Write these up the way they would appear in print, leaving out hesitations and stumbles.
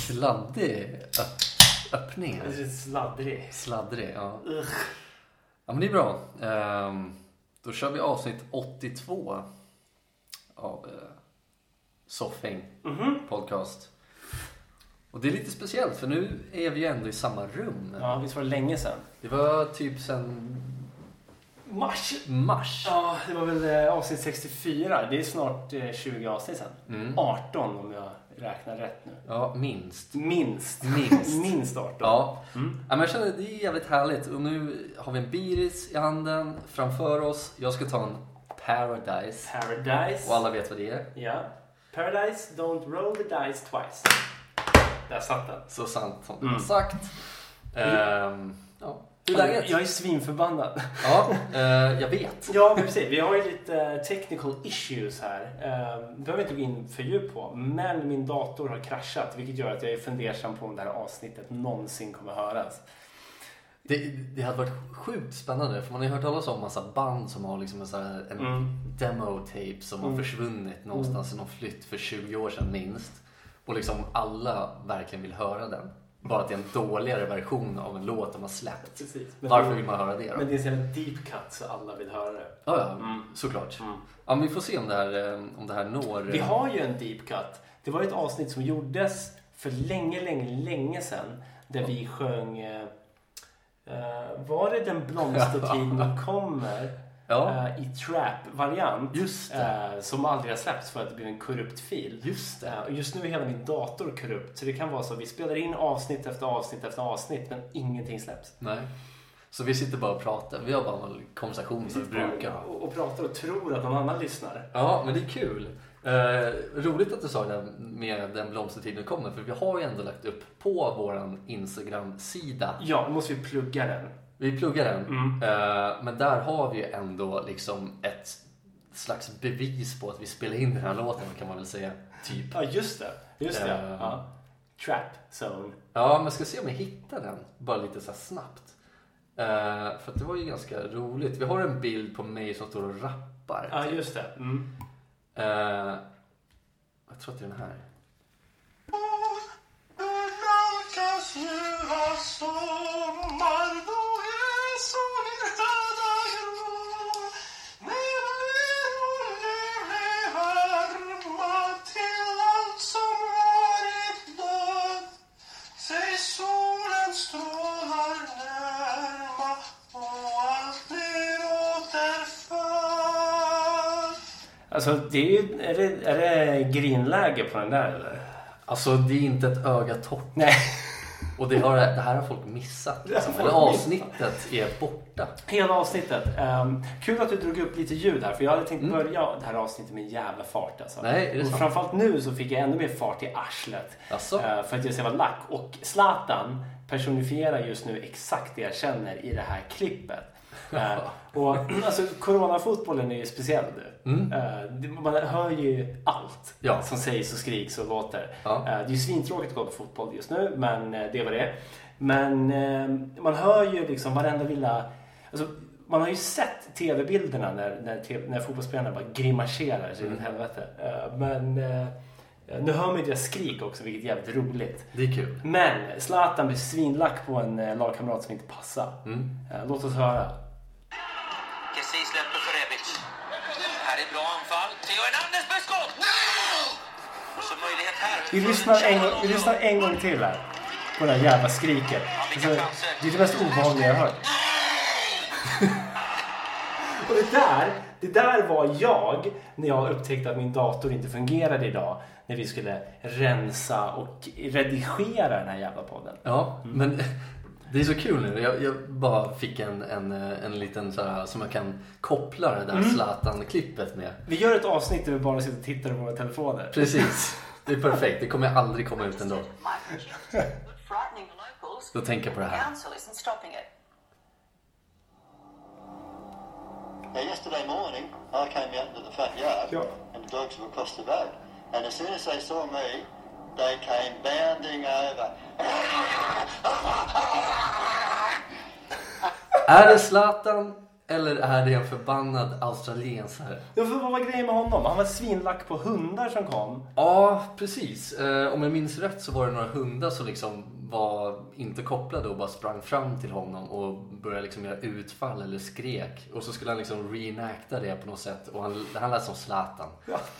sladdig öppning. Sladdrig, ja. Ja, men det är bra. Då kör vi avsnitt 82 av Soffing podcast. Och det är lite speciellt för nu är vi ju ändå i samma rum. Ja, visst var det länge sedan. Det var typ sen mars. Ja, det var väl avsnitt 64. Det är snart 20 avsnitt sen. 18 om jag räknar rätt nu. Ja, minst. Minst 18. Ja. Ja, men jag känner att det är jävligt härligt. Och nu har vi en Biris i handen framför oss. Jag ska ta en Paradise. Och alla vet vad det är. Ja. Paradise, don't roll the dice twice. Där satt den. Så sant som du har sagt. Ja. Hur är läget? Jag är svinförbannad. Ja, jag vet. Ja, men precis. Vi har ju lite technical issues här. Det behöver jag inte gå in för djup på. Men min dator har kraschat. Vilket gör att jag är fundersam på om det här avsnittet någonsin kommer höras. Det hade varit sjukt spännande. För man har ju hört talas om massa band som har liksom en demo-tape som har försvunnit någonstans i någon flytt för 20 år sedan minst. Och liksom alla verkligen vill höra den. Bara att det är en dåligare version av en låt de har släppt. Precis. Varför vill man höra det då? Men det är en deep cut så alla vill höra det. Ja, såklart. Ja, men vi får se om det här når... Vi har ju en deep cut. Det var ett avsnitt som gjordes för länge sedan. Där vi sjöng... var det Den blomstertid nu kommer? Ja. I trap-variant. Just det. Som aldrig har släppts för att det blir en korrupt fil. Just det. Och just nu är hela min dator korrupt. Så det kan vara så att vi spelar in avsnitt efter avsnitt men ingenting släpps. Nej. Så vi sitter bara och pratar. Vi har bara en konversation som vi brukar. Och pratar och tror att någon annan lyssnar. Ja, men det är kul. Roligt att du sa det med Den blomstertiden kommer. För vi har ju ändå lagt upp på våran Instagram-sida. Ja, då måste vi plugga den. Vi pluggar den. Men där har vi ju ändå liksom ett slags bevis på att vi spelar in den här låten, kan man väl säga. Typ. Ja, just det. Ja. Trap Zone. Ja, men ska se om jag hittar den. Bara lite så här snabbt. För att det var ju ganska roligt. Vi har en bild på mig som står och rappar. Ja, just det. Jag tror att det är den här. Alltså, det är ju... Är det grinläge på den där, eller? Alltså, det är inte ett öga torrt. Nej. Och det här har folk missat. Liksom. Eller avsnittet är borta. Hela avsnittet. Kul att du drog upp lite ljud här. För jag hade tänkt börja det här avsnittet med en jävla fart. Alltså. Nej, är det och sant? framförallt nu så fick jag ännu mer fart i arslet. Alltså? För att jag ser vad lack. Och Zlatan personifierar just nu exakt det jag känner i det här klippet. Och alltså, coronafotbollen är ju speciell nu. Man hör ju allt som sägs och skriks och låter. Det är ju svintråkigt att gå på fotboll just nu, men det var det. Men man hör ju liksom varenda lilla... Alltså, man har ju sett tv-bilderna när fotbollsspelarna bara grimaserar sig i helvete. Men nu hör man ju deras skrik också, vilket är jävligt roligt. Det är kul. Men Zlatan blir svinlack på en lagkamrat som inte passar. Låt oss höra. Precis släpper för Rebic. Här är bra anfall. Theo Hernandez med skott! Så möjlighet här. Vi lyssnar en gång till här. På det här jävla skriket. Alltså, det är det mest obehagliga jag har hört. Och det där var jag när jag upptäckte att min dator inte fungerade idag. När vi skulle rensa och redigera den här jävla podden. Ja, men det är så kul nu. Jag bara fick en liten så här, som jag kan koppla det där Zlatan-klippet med. Vi gör ett avsnitt där vi bara sitter och tittar på våra telefoner. Precis, det är perfekt. Det kommer aldrig komma ut ändå. Då tänker jag på det här. Yesterday morning, I came out into the front yard and the dogs were across the road. And as soon as they saw me, they came bounding over. Är det Zlatan Eller är det en förbannad australiensare? Ja, för vad var grejen med honom? Han var svinlack på hundar som kom. Ja, precis. Om jag minns rätt så var det några hundar som liksom var inte kopplade och bara sprang fram till honom och började liksom göra utfall eller skrek. Och så skulle han liksom reenacta det på något sätt. Och han lät som Zlatan.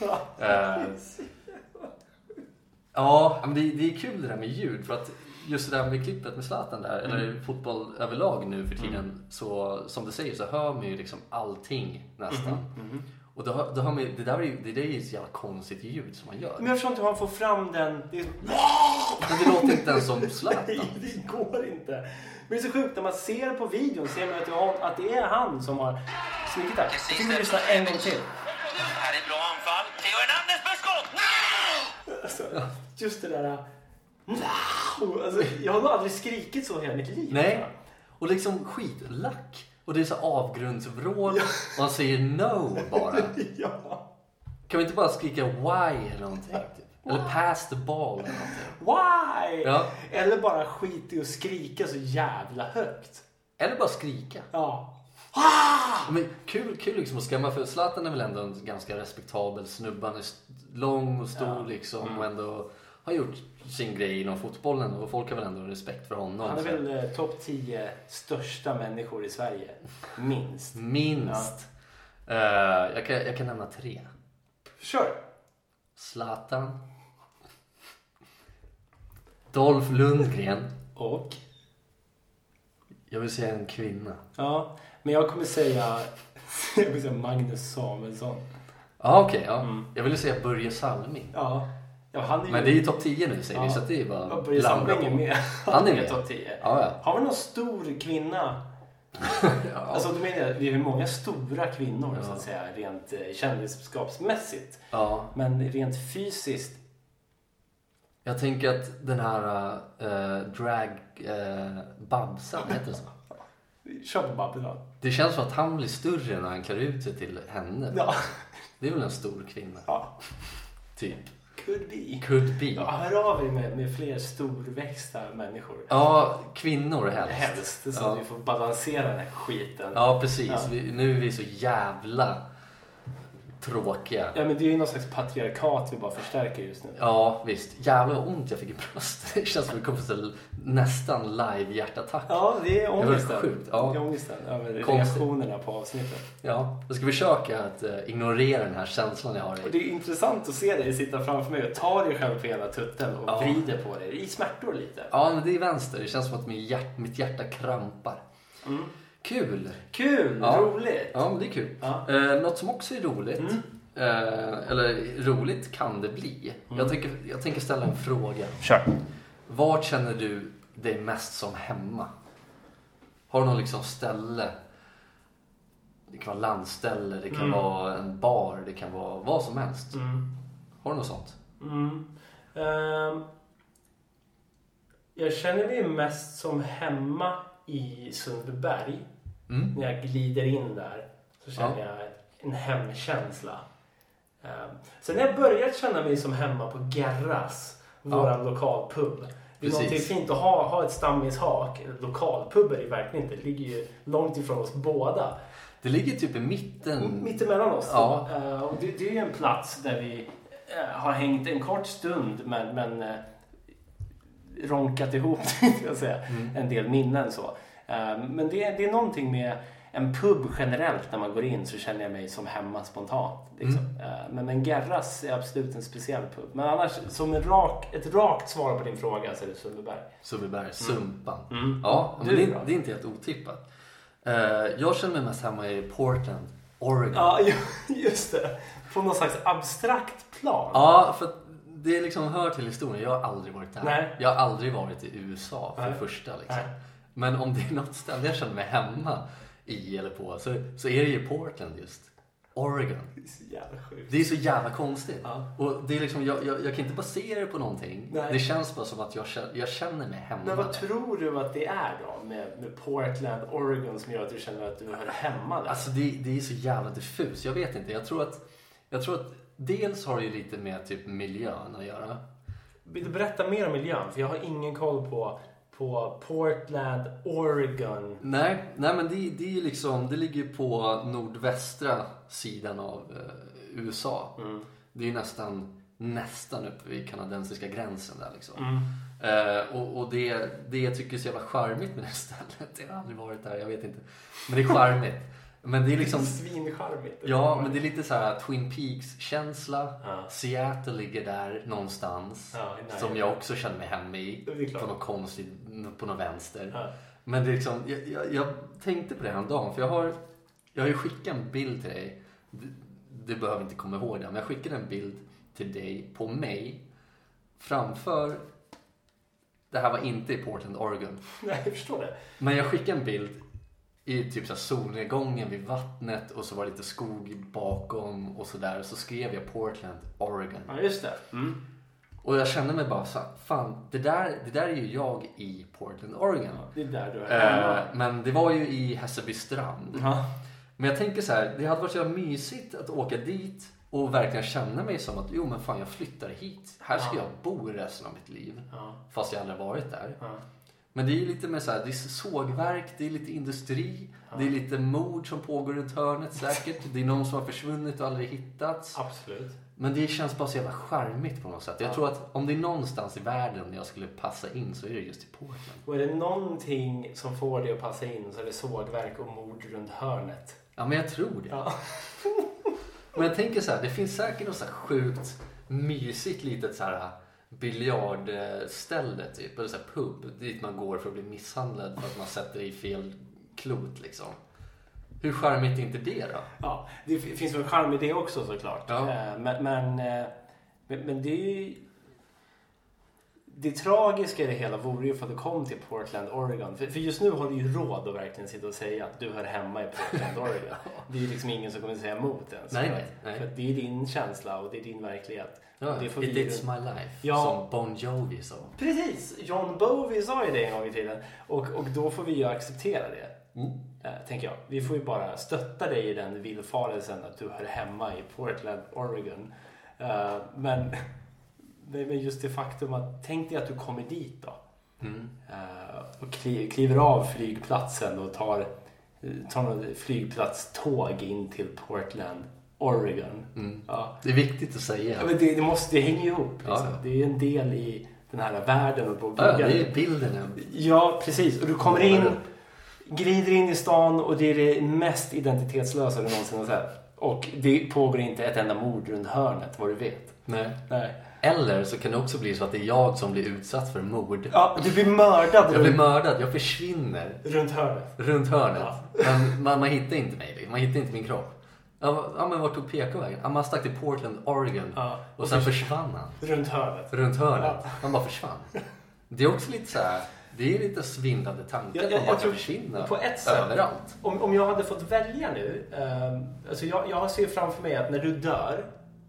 Ja, men det är kul det där med ljud. För att just det där med klippet med Zlatan där, eller fotboll överlag nu för tiden, så som du säger så hör man ju liksom allting nästan. Och då hör man ju, det är ju ett jävla konstigt ljud som man gör. Men jag förstår inte hur man får fram den. Det är... Men det låter inte ens som Zlatan. Nej, det går inte. Men det är så sjukt, när man ser på videon ser man att det är han som har snickit där. Jag tycker vi lyssnar en gång till. Här är bra anfall. Theo Hernandez med skott! Alltså, just det där... Alltså, jag har nog aldrig skrikit så hela mitt liv. Nej, och liksom skitlack. Och det är så avgrundsvrål. Och han säger no bara. Ja. Kan vi inte bara skrika why eller någonting? Typ? Eller pass the ball eller någonting? Why? Ja. Eller bara skit i att skrika så jävla högt. Eller bara skrika. Ja. Men kul liksom att skrämma, för Zlatan är väl ändå en ganska respektabel snubbe. Han är lång och stor liksom och ändå har gjort sin grej inom fotbollen och folk har väl ändå respekt för honom. Han är väl topp 10 största människor i Sverige. Minst. Ja. Jag kan nämna 3. Kör. Zlatan, Dolph Lundgren och jag vill säga en kvinna. Ja, men jag kommer säga Magnus Samuelsson. Ja, okej. Ja. Jag ville säga Börje Salming. Ja, han är ju... Men det är ju topp 10 nu säger vi, så det är bara... Ja, Börje Salming är med. Han är med. Topp 10. Ja. Har vi någon stor kvinna? Ja. Alltså du menar, det är många stora kvinnor så att säga, rent kändisskapsmässigt. Ja. Men rent fysiskt. Jag tänker att den här drag Babsan heter så. Kör på Babylon. Det känns som att han blir större när han klär ut sig till henne. Ja. Det är väl en stor kvinna. Ja. Typ. Could be. Ja, hör av er med fler storväxta människor. Ja, kvinnor helst. Så att vi får balansera den här skiten. Ja, precis. Ja. Nu är vi så jävla tråkiga. Ja, men det är ju någon slags patriarkat vi bara förstärker just nu. Ja, visst. Jävla ont jag fick i bröstet. Det känns som att vi kommer till nästan live hjärtattack. Ja, det är ångesten. Det var sjukt. Ja. Det är ångesten över reaktionerna på avsnittet. Ja, jag ska försöka att ignorera den här känslan jag har. Och det är intressant att se dig sitta framför mig och ta dig själv på ena tutten och vrider på dig. I smärtor lite. Ja, men det är vänster. Det känns som att mitt hjärta krampar. Kul, ja. Roligt. Ja, men det är kul. Ja. Något som också är roligt, eller roligt kan det bli. Jag tänker ställa en fråga. Kör. Vart känner du dig mest som hemma? Har du någon liksom ställe? Det kan vara landställe, det kan vara en bar, det kan vara vad som helst. Har du något sånt? Jag känner mig mest som hemma i Sundbyberg. När jag glider in där så känner jag en hemkänsla. Sen när jag börjat känna mig som hemma på Gerras, våran lokalpub. Det är någonting fint att ha ett stammishak. Lokalpubber är verkligen inte. Det ligger ju långt ifrån oss båda. Det ligger typ i mitten. Mitt emellan oss. Ja. Och det är ju en plats där vi har hängt en kort stund men ronkat ihop ska jag säga, en del minnen så. Men det är någonting med en pub generellt, när man går in så känner jag mig som hemma spontant liksom. Men Gerras är absolut en speciell pub. Men annars, som ett rakt svar på din fråga så är det Sundbyberg, Sumpan. Ja, men det är inte helt otippat. Jag känner mig mest hemma i Portland, Oregon. Ja, just det. På någon slags abstrakt plan. Ja, för det liksom hör till historien. Jag har aldrig varit där. Nej. Jag har aldrig varit i USA för det första liksom. Men om det är något ställe jag känner mig hemma i eller på så är det ju Portland just. Oregon. Det är så jävla sjukt. Det är så jävla konstigt. Och det är liksom, jag kan inte basera det på någonting. Nej. Det känns bara som att jag känner mig hemma. Men vad tror du att det är då med Portland, Oregon som gör att du känner att du hör hemma där? Alltså det är så jävla diffus. Jag vet inte. Jag tror att dels har det ju lite med typ miljön att göra. Vill du berätta mer om miljön? För jag har ingen koll på på Portland, Oregon. Nej men det är liksom, det ligger på nordvästra sidan av USA. Det är nästan uppe vid kanadensiska gränsen där liksom. Och det jag tycker är så jävla charmigt med det stället, jag har aldrig varit där, jag vet inte, men det är charmigt. Men det är liksom svincharmigt. Ja, men det är lite så här Twin Peaks känsla. Seattle ligger där någonstans, som jag också känner mig hemma i på något konstigt, på något vänster. Men det är liksom, jag tänkte på det här en dag, för jag har ju skickat en bild till dig. Du behöver inte komma ihåg det, men jag skickade en bild till dig på mig framför. Det här var inte i Portland, Oregon. Nej, jag förstår det. Men jag skickade en bild i typ så här solnedgången vid vattnet, och så var det lite skog bakom och så där. Så skrev jag Portland, Oregon. Ja, just det. Och jag kände mig bara så här, fan, det där är ju jag i Portland, Oregon. Ja, det är där du är. Men det var ju i Hässelby strand. Men jag tänker så här, det hade varit så mysigt att åka dit och verkligen känna mig som att men fan, jag flyttar hit. Här ska jag bo resten av mitt liv. Fast jag aldrig varit där. Men det är lite med så här, det är sågverk, det är lite industri, det är lite mord som pågår runt hörnet säkert. Det är någon som har försvunnit och aldrig hittats. Absolut. Men det känns bara så jävla charmigt på något sätt. Jag tror att om det är någonstans i världen jag skulle passa in, så är det just i Portland. Och är det någonting som får dig att passa in, så är det sågverk och mord runt hörnet. Ja, men jag tror det. Men jag tänker så här, det finns säkert något så här sjukt mysigt litet så här biljardställe typ, eller så här pub dit man går för att bli misshandlad för att man sätter i fel klot liksom. Hur charmigt är inte det då? Ja, det finns väl charm i det också såklart. Ja. Men det är ju... Det tragiska i det hela vore ju för att du kom till Portland, Oregon. För just nu har du ju råd att verkligen sitta och säga att du hör hemma i Portland, Oregon. Det är ju liksom ingen som kommer säga emot ens. Nej. För det är din känsla och det är din verklighet. Ja, det får it's my life, som Bon Jovi sa. Precis, John Bowie sa ju det en gång i tiden. Och då får vi ju acceptera det. Tänker jag. Vi får ju bara stötta dig i den villfarelsen att du hör hemma i Portland, Oregon. Men just det faktum att, tänk dig att du kommer dit då. Och kliver av flygplatsen och tar något flygplatståg in till Portland, Oregon. Ja. Det är viktigt att säga. Ja, men det hänger ihop. Liksom. Ja. Det är en del i den här världen. Och det är bilden. Ja, precis. Och du kommer in, glider in i stan, och det är det mest identitetslösa du någonsin har sett. Och det pågår inte ett enda mord runt hörnet, vad du vet. Nej. Eller så kan det också bli så att det är jag som blir utsatt för mord. Ja, du blir mördad. Jag blir mördad, jag försvinner. Runt hörnet. Ja. Men man hittar inte mig, man hittar inte min kropp. Ja, men vart tog PK-vägen? Ja, man stack till Portland, Oregon. Ja, och sen försvann han. Runt hörnet. Ja. Han bara försvann. Det är också lite så här, det är lite svindlande tankar att man bara kan försvinna på ett sätt, överallt. Om jag hade fått välja nu, alltså jag ser framför mig att när du dör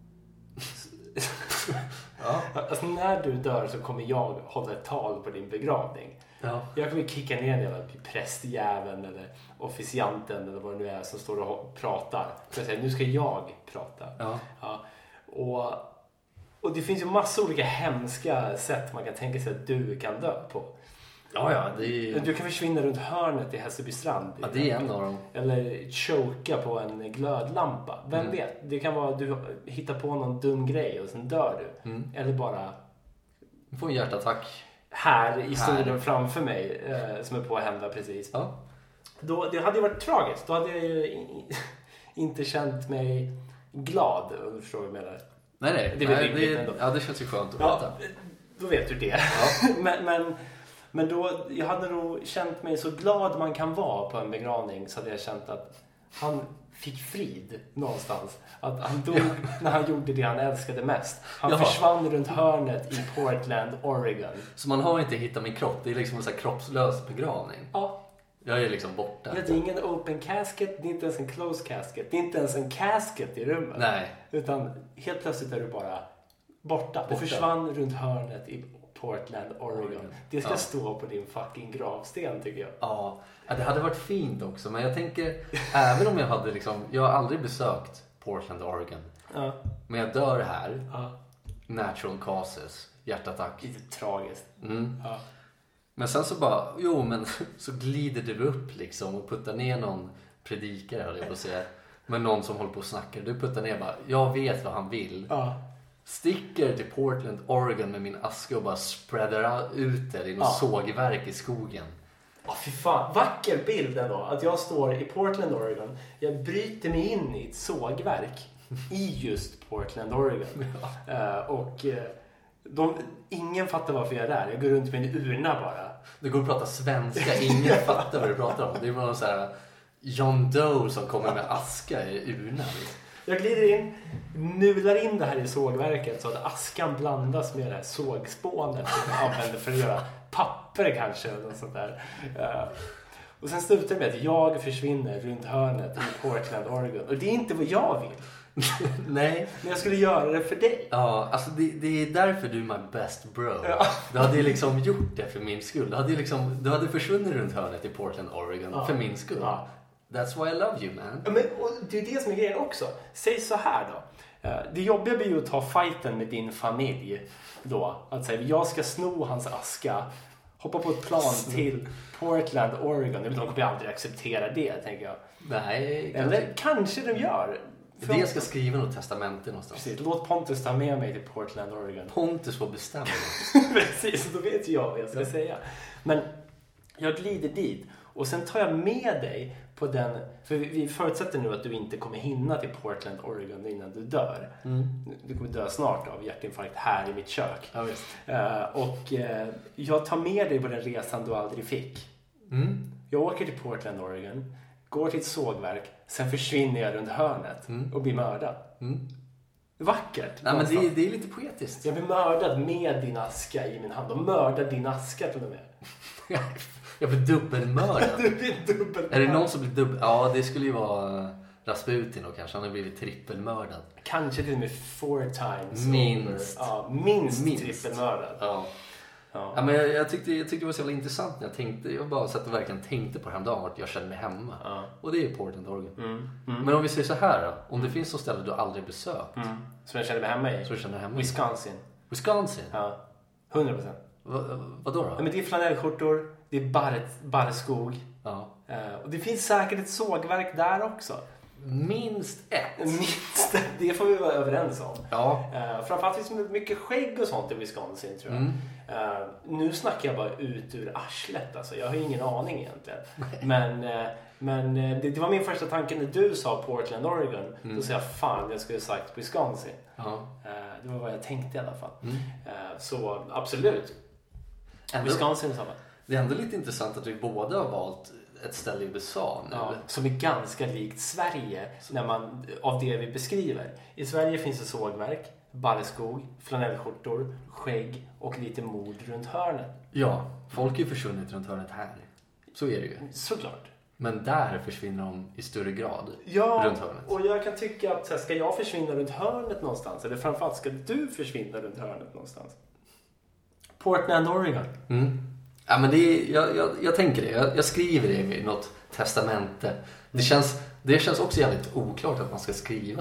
alltså när du dör så kommer jag hålla ett tal på din begravning. Ja. Jag kommer kicka ner den prästjäveln eller officianten eller vad det nu är som står och pratar. Så jag säger, nu ska jag prata. Ja. Och det finns ju massa olika hemska sätt man kan tänka sig att du kan dö på. Ja, Du kan försvinna runt hörnet i Hässelby strand. Ja, det är en av dem. Eller choka på en glödlampa. Vem vet? Det kan vara att du hittar på någon dum grej och sen dör du. Eller bara... Du får en hjärtattack. Här i stolen framför mig som är på att hända precis. Ja. Det hade ju varit tragiskt. Då hade jag ju inte känt mig glad, om du förstår vad jag menar. Nej. Det känns ju skönt att veta. Då vet du det. Ja. Men då, jag hade nog känt mig så glad man kan vara på en begravning, så hade jag känt att han fick frid någonstans. Att han dog när han gjorde det han älskade mest. Han försvann runt hörnet i Portland, Oregon. Så man har inte hittat min kropp, det är liksom en sån här kroppslös begravning. Ja. Jag är liksom borta. Ja, det är ingen open casket, det är inte ens en close casket. Det är inte ens en casket i rummet. Nej. Utan helt plötsligt är du bara borta. Du försvann runt hörnet i Portland, Oregon. Det ska stå på din fucking gravsten, tycker jag. Ja, det hade varit fint också. Men jag tänker, även om jag hade liksom... Jag har aldrig besökt Portland, Oregon. Ja. Men jag dör här. Ja. Natural causes. Hjärtattack. Lite tragiskt. Ja. Men sen så så glider du upp liksom och puttar ner någon predikare, eller jag får säga. Men någon som håller på och snackar. Du puttar ner bara, jag vet vad han vill. Ja. Sticker till Portland, Oregon med min aska och bara spreadar ut det i något sågverk i skogen. Fy fan, vacker bild ändå. Att jag står i Portland, Oregon. Jag bryter mig in i ett sågverk i just Portland, Oregon. Ingen fattar varför jag är där. Jag går runt med en urna bara. Du går och pratar svenska, ingen fattar vad du pratar om. Det är bara någon så här John Doe som kommer med aska i urnan. Jag glider in, mular in det här i sågverket så att askan blandas med det här sågspånet som jag använder för att göra papper kanske. Eller något sånt där. Och sen slutar det med att jag försvinner runt hörnet i Portland, Oregon. Och det är inte vad jag vill. Nej. Men jag skulle göra det för dig. Ja, alltså det är därför du är my best bro. Ja. Du hade liksom gjort det för min skull. Du hade försvunnit runt hörnet i Portland, Oregon för min skull. Ja. That's why I love you, man. Ja, men, och det är det som är grejen också. Säg så här då. Det jobbiga blir ju att ta fighten med din familj då. Att säga, jag ska sno hans aska, hoppa på ett plan till Portland, Oregon. De kommer aldrig acceptera det, tänker jag. Nej. Eller kanske de gör. Det jag ska skriva något testamente någonstans. Precis, låt Pontus ta med mig till Portland, Oregon. Pontus får bestämma. Precis, då vet jag vad jag ska säga. Men jag glider dit. Och sen tar jag med dig på den... För vi förutsätter nu att du inte kommer hinna till Portland, Oregon innan du dör. Du kommer dö snart av hjärtinfarkt här i mitt kök. Ja, visst. Jag tar med dig på den resan du aldrig fick. Jag åker till Portland, Oregon. Går till ett sågverk. Sen försvinner jag runt hörnet och blir mördad. Vackert. Nej, men det är lite poetiskt. Jag blir mördad med din aska i min hand. Och mördar din aska till och med. Jag blir dubbelmördad. Du blir dubbelmördad. Är det någon som blir Ja, det skulle ju vara Rasputin och kanske. Han har blivit trippelmördad. Kanske till och med 4 times. Minst. Ja, minst trippelmördad. Ja. Ja, men jag tyckte det var så jävla intressant när jag bara satt och verkligen tänkte på häromdagen vart jag kände mig hemma. Ja. Och det är Portland, Oregon. Men om vi säger så här då, om det finns något ställe du aldrig besökt. Så jag känner mig hemma i? Så du känner hemma i? Wisconsin? Ja, 100%. Vadå då? Ja, men det är flanellskjortor, det är barrskog. Ja. Och det finns säkert ett sågverk där också. Minst ett. Det får vi vara överens om. Ja. Framförallt finns det mycket skägg och sånt i Wisconsin, tror jag. Nu snackar jag bara ut ur arslet. Alltså. Jag har ingen aning egentligen. Men det var min första tanke när du sa Portland, Oregon. Då sa jag, fan, jag skulle sagt Wisconsin. Det var vad jag tänkte i alla fall. Så absolut. Wisconsin sa man. Det är ändå lite intressant att vi båda har valt ett ställe i USA nu. Ja, som är ganska likt Sverige av det vi beskriver. I Sverige finns det sågverk, barrskog, flanellskjortor, skägg och lite mord runt hörnet. Ja, folk är ju försvunnit runt hörnet här. Så är det ju. Såklart. Men där försvinner de i större grad runt hörnet. Och jag kan tycka att ska jag försvinna runt hörnet någonstans? Eller framförallt, ska du försvinna runt hörnet någonstans? Portland, Oregon. Ja, men jag tänker det. Jag skriver det i något testamente. Det känns också jävligt oklart att man ska skriva.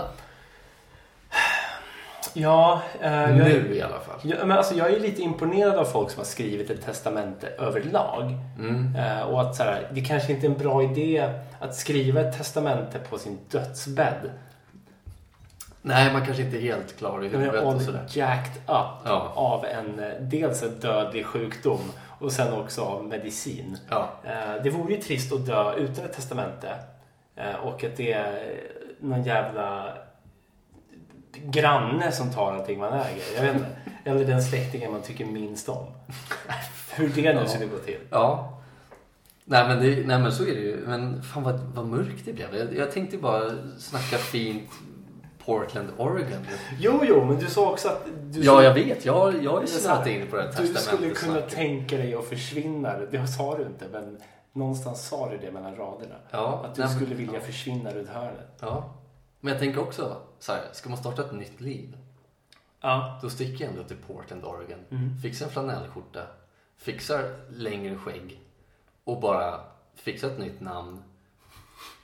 Ja, nu i alla fall. Men alltså, jag är lite imponerad av folk som har skrivit ett testamente överlag. Och att så här, det kanske inte är en bra idé att skriva ett testamente på sin dödsbädd. Nej, man kanske inte är helt klar i huvudet och sådär. Jacked up av dels en dödlig sjukdom och sen också av medicin. Ja. Det vore ju trist att dö utan ett testamente. Och att det är någon jävla granne som tar allting man äger. Jag vet inte. Eller den släktingen man tycker minst om. Hur det nu skulle gå till. Ja. Nej men så är det ju. Men fan vad mörkt det blev. Jag tänkte bara snacka fint Portland, Oregon. Jo, men du sa också att... jag vet. Jag är snart inne på det här testamentet. Du skulle kunna tänka dig att försvinna. Det sa du inte, men någonstans sa du det mellan raderna. Ja, att du skulle vilja försvinna runt hörnet. Ja. Men jag tänker också så här, ska man starta ett nytt liv? Ja. Då sticker jag ändå till Portland, Oregon. Fixar en flanellskjorta. Fixar längre skägg. Och bara fixar ett nytt namn.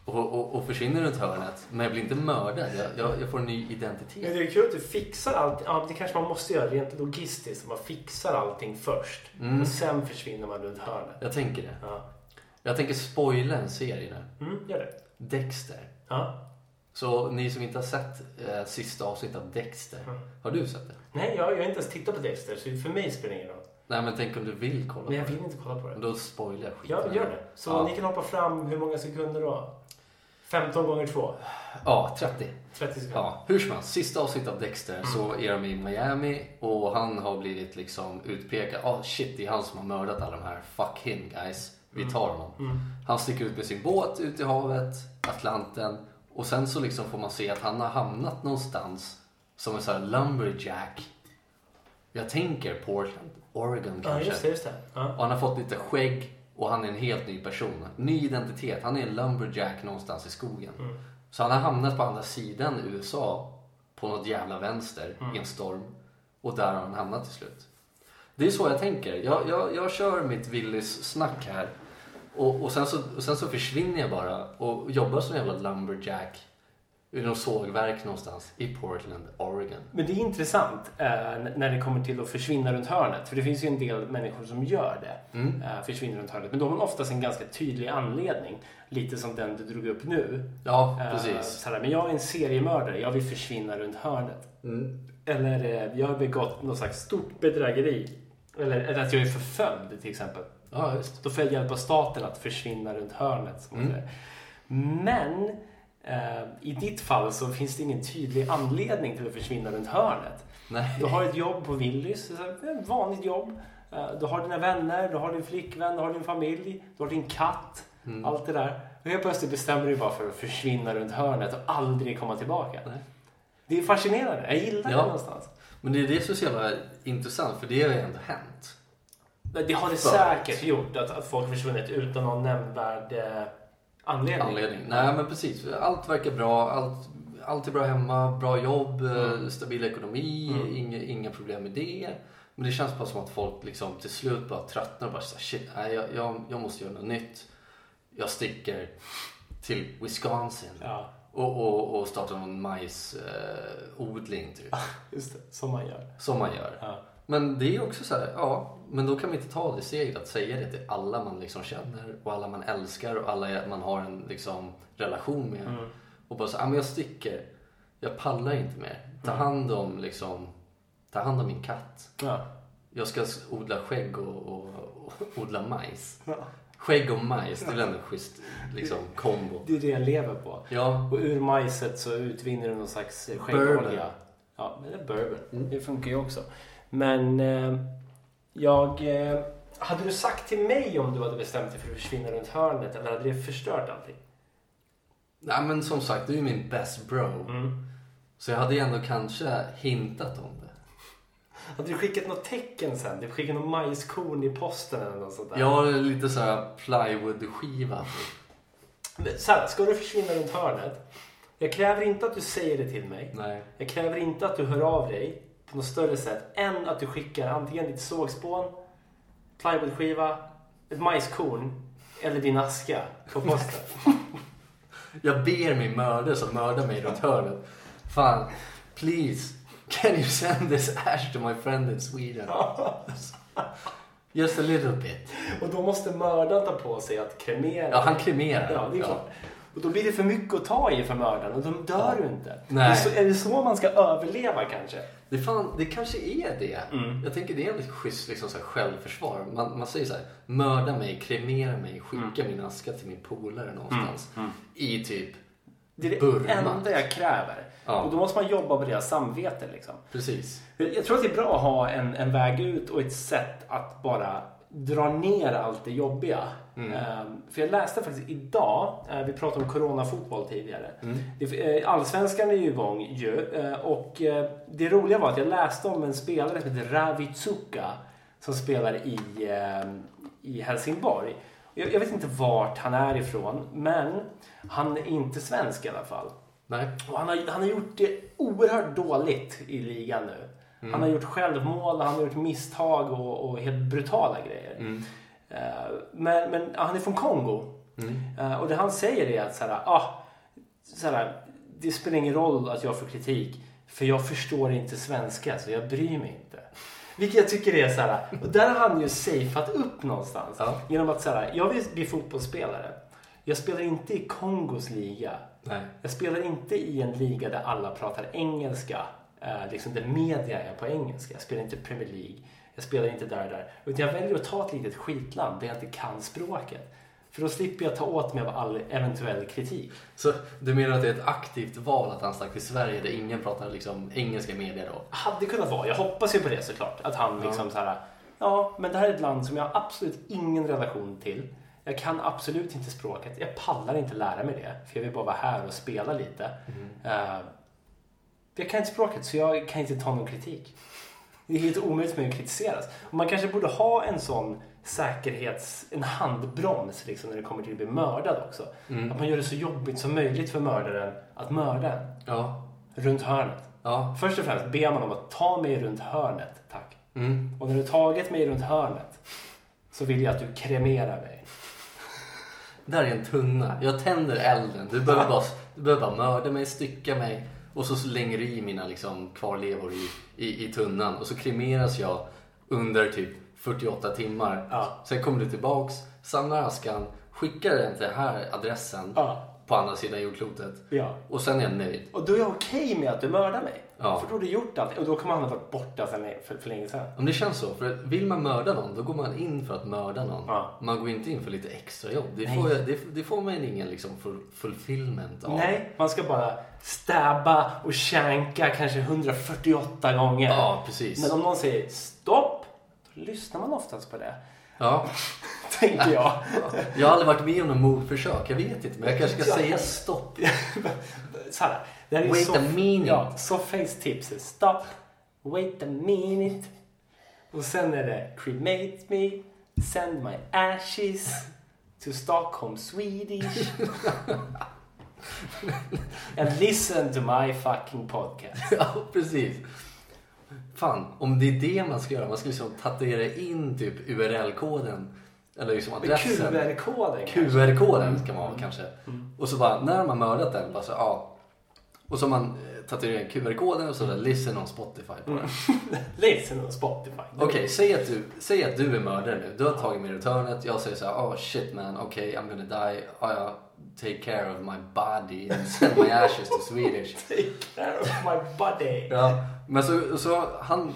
och försvinner runt hörnet. Men jag blir inte mördad. Jag får en ny identitet. Men det är kul att du fixar allt. Ja, det kanske man måste göra rent logistiskt. Man fixar allting först. Och sen försvinner man runt hörnet. Jag tänker det. Ja. Jag tänker spoila en serie nu. Gör det. Dexter. Ja. Så ni som inte har sett sista avsnittet av Dexter. Har du sett det? Nej, jag har inte ens tittat på Dexter. Så för mig spelar det ingen roll. Nej, men tänk om du vill kolla på det. Men jag vill inte kolla på det. Då spoilar jag skit. Ja, gör det. Så ni kan hoppa fram hur många sekunder då? 15 gånger 2? Ja, 30. 30 sekunder. Ja, hur som helst. Sista avsnittet av Dexter så är de i Miami och han har blivit liksom utpekad. Shit, det är han som har mördat alla de här. Fuck him, guys. Vi tar honom. Han sticker ut med sin båt ut i havet, Atlanten. Och sen så liksom får man se att han har hamnat någonstans som en sån här lumberjack. Jag tänker Portland, Oregon kanske. Ja, just det. Ja. Och han har fått lite skägg och han är en helt ny person. Ny identitet. Han är en lumberjack någonstans i skogen. Så han har hamnat på andra sidan USA på något jävla vänster i en storm. Och där har han hamnat till slut. Det är så jag tänker. Jag kör mitt Willis-snack här. Och sen så försvinner jag bara och jobbar som en jävla lumberjack i någon sågverk någonstans i Portland, Oregon. Men det är intressant när det kommer till att försvinna runt hörnet. För det finns ju en del människor som gör det. Försvinner runt hörnet. Men då har man oftast en ganska tydlig anledning. Lite som den du drog upp nu. Ja, precis. Såhär, men jag är en seriemördare. Jag vill försvinna runt hörnet. Eller jag har begått något slags stort bedrägeri. Eller att jag är förföljd till exempel. Ja, just. Då får jag hjälpa staten att försvinna runt hörnet. Som man säger. Men i ditt fall så finns det ingen tydlig anledning till att försvinna runt hörnet. Nej. Du har ett jobb på Willys, ett vanligt jobb. Du har dina vänner, du har din flickvän, du har din familj, du har din katt. Allt det där. Och helt plötsligt bestämmer du bara för att försvinna runt hörnet och aldrig komma tillbaka. Nej. Det är fascinerande, jag gillar det någonstans. Men det är det som är så jävla intressant, för det har ju ändå hänt. Det har det säkert gjort att folk försvunnit utan någon nämnvärd anledning. Nej, men precis. Allt verkar bra. Allt är bra hemma. Bra jobb. Stabil ekonomi. Inga problem med det. Men det känns bara som att folk liksom till slut bara tröttnar och bara så shit, nej, jag måste göra något nytt. Jag sticker till Wisconsin. Ja. Och startar någon majsodling typ. Just det, som man gör. Ja. Men det är också så här, men då kan man inte ta det steget att säga det till alla man liksom känner och alla man älskar och alla man har en liksom relation med. Och bara så, men jag sticker. Jag pallar inte mer. Ta hand om min katt. Ja. Jag ska odla skägg och odla majs. Ja. Skägg och majs, det är väl en schysst liksom kombo. Det är det jag lever på. Ja. Och ur majset så utvinner du någon slags skäggolja. Ja, men det är bourbon. Det funkar ju också. Men hade du sagt till mig om du hade bestämt dig för att försvinna runt hörnet, eller hade det förstört allting? Nej, men som sagt, du är min best bro. Så jag hade ju ändå kanske hintat om det. Hade du skickat något tecken sen? Du skickat någon majskorn i posten eller något sånt där? Ja, lite så här plywood-skiva. Så här, ska du försvinna runt hörnet? Jag kräver inte att du säger det till mig. Nej. Jag kräver inte att du hör av dig på något större sätt än att du skickar antingen ditt sågspån, plywoodskiva, ett majskorn eller din aska på posten. Jag ber min mördare som mördar mig runt hörnet. Fan, please, can you send this ash to my friend in Sweden? Just a little bit. Och då måste mördaren ta på sig att kremera. Ja, han kremerar. Ja, det är klart. Och då blir det för mycket att ta i för mördaren och då dör du inte. Nej. Är det så man ska överleva kanske? Det kanske är det. Jag tänker det är lite schysst liksom, så här, självförsvar. Man säger så här, mörda mig, kremera mig, skicka min aska till min polare någonstans. I typ det är det Burma. enda jag kräver. Ja. Och då måste man jobba på deras samvete liksom. Precis. Jag tror att det är bra att ha en väg ut och ett sätt att bara dra ner allt det jobbiga. För jag läste faktiskt idag, vi pratade om coronafotboll tidigare. Allsvenskan är ju igång ju, och det roliga var att jag läste om en spelare som heter Ravitsuka som spelar i Helsingborg. Jag vet inte vart han är ifrån, men han är inte svensk i alla fall. Nej. Och han har gjort det oerhört dåligt i ligan nu. Han har gjort självmål, han har gjort misstag och helt brutala grejer. Men han är från Kongo. Och det han säger är att det spelar ingen roll att jag får kritik, för jag förstår inte svenska, så jag bryr mig inte. Vilket jag tycker är så här, och där har han ju safeat upp någonstans. Genom att jag vill bli fotbollsspelare. Jag spelar inte i Kongos liga. Nej. Jag spelar inte i en liga där alla pratar engelska. Liksom där media är på engelska. Jag spelar inte Premier League. Jag spelar inte där. Utan jag väljer att ta ett litet skitland där jag inte kan språket. För då slipper jag ta åt mig av all eventuell kritik. Så du menar att det är ett aktivt val att han stack till Sverige där ingen pratar liksom engelska medier då? Hade kunnat vara. Jag hoppas ju på det såklart. Att han liksom men det här är ett land som jag har absolut ingen relation till. Jag kan absolut inte språket. Jag pallar inte lära mig det. För jag vill bara vara här och spela lite. Jag kan inte språket, så jag kan inte ta någon kritik. Det är helt omöjligt för mig att kritiseras. Och man kanske borde ha en sån en handbroms liksom, när det kommer till att bli mördad också. Att man gör det så jobbigt som möjligt för mördaren att mörda en. Ja. Runt hörnet. Ja. Först och främst ber man om att ta mig runt hörnet, tack. Och när du tagit mig runt hörnet så vill jag att du kremerar mig. Där är en tunna. Jag tänder elden. Du behöver bara mörda mig, stycka mig. Och så slänger du i mina liksom kvarlevor i tunnan. Och så kremeras jag under typ 48 timmar. Sen kommer du tillbaks, samlar askan, skickar den till den här adressen på andra sidan jordklotet. Och sen är jag nöjd. Och då är jag okej med att du mördar mig. För då har du gjort allt. Och då kommer han ha varit borta för länge sedan. Om det känns så. För vill man mörda någon, då går man in för att mörda någon. Man går inte in för lite extra jobb. Det får man ingen liksom fulfillment av. Nej, man ska bara stabba och känka kanske 148 gånger. Ja, precis. Men om någon säger stopp, då lyssnar man oftast på det. Ja. Tänker jag. Jag har aldrig varit med om någon mordförsök. Jag vet inte, men jag kanske ska säga stopp. Så här, det här är wait a minute. Ja, Soffhängs tips är stop, wait a minute. Och sen är det cremate me, send my ashes to Stockholm, Swedish. And listen to my fucking podcast. Ja, precis. Fan, om det är det man ska göra. Man ska liksom tatuera in typ URL-koden. Eller liksom adressen. QR-koden ska man ha kanske. Och så bara, när man mördat den, bara så, och så man tatuerar in QR-koden och så där, listen on Spotify på den. Listen on Spotify. Okej, säg att du är mördare nu. Du har tagit mig runt hörnet. Jag säger så här, shit man, okay, I'm gonna die. Take care of my body and send my ashes to Swedish. Take care of my body. Ja, men så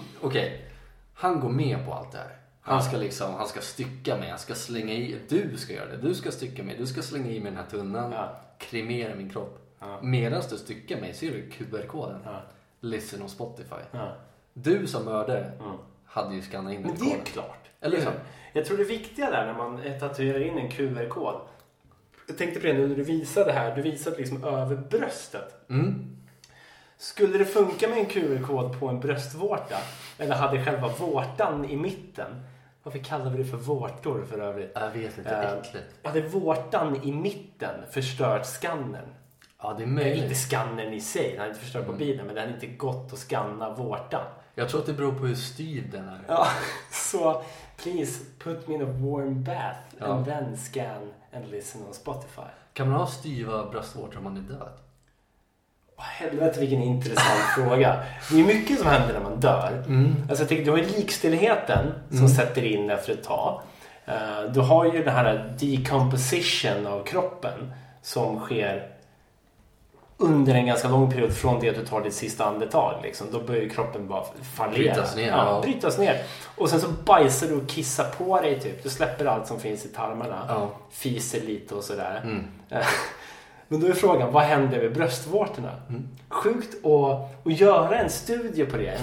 han går med på allt det här. Han ska stycka mig, han ska slänga i, du ska göra det. Du ska stycka mig, du ska slänga i mig den här tunnan, kremera min kropp. Medan du styckar mig ser du QR-koden. Listen on Spotify. Du som mördare hade ju skannat in den koden. Men det är klart. Eller hur? Jag tror det viktiga där när man tatuerar in en QR-kod. Jag tänkte på det nu när du visade här. Du visade liksom över bröstet. Skulle det funka med en QR-kod på en bröstvårta? Eller hade själva vårtan i mitten? Varför kallar vi det för vårtor för övrigt? Jag vet inte, äckligt. Hade vårtan i mitten förstört skannern? Ja, det är möjligt. Inte skannern i sig, den har inte förstört på bilen, men den har inte gått att skanna vårtan. Jag tror att det beror på hur styrd den är. Ja, så please put me in a warm bath and then scan and listen on Spotify. Kan man ha styva bröstvårtor om man är död? Helvete, vilken intressant fråga. Det är mycket som händer när man dör. Alltså jag tänker, du har ju likstillheten som sätter in efter ett tag. Du har ju den här decomposition av kroppen som sker under en ganska lång period från det att du tar ditt sista andetag. Liksom. Då börjar ju kroppen bara fallera. Brytas ner. Och sen så bajsar du och kissar på dig typ. Du släpper allt som finns i tarmarna. Fiser lite och sådär. Men då är frågan, vad händer med bröstvårtorna? Sjukt att göra en studie på det.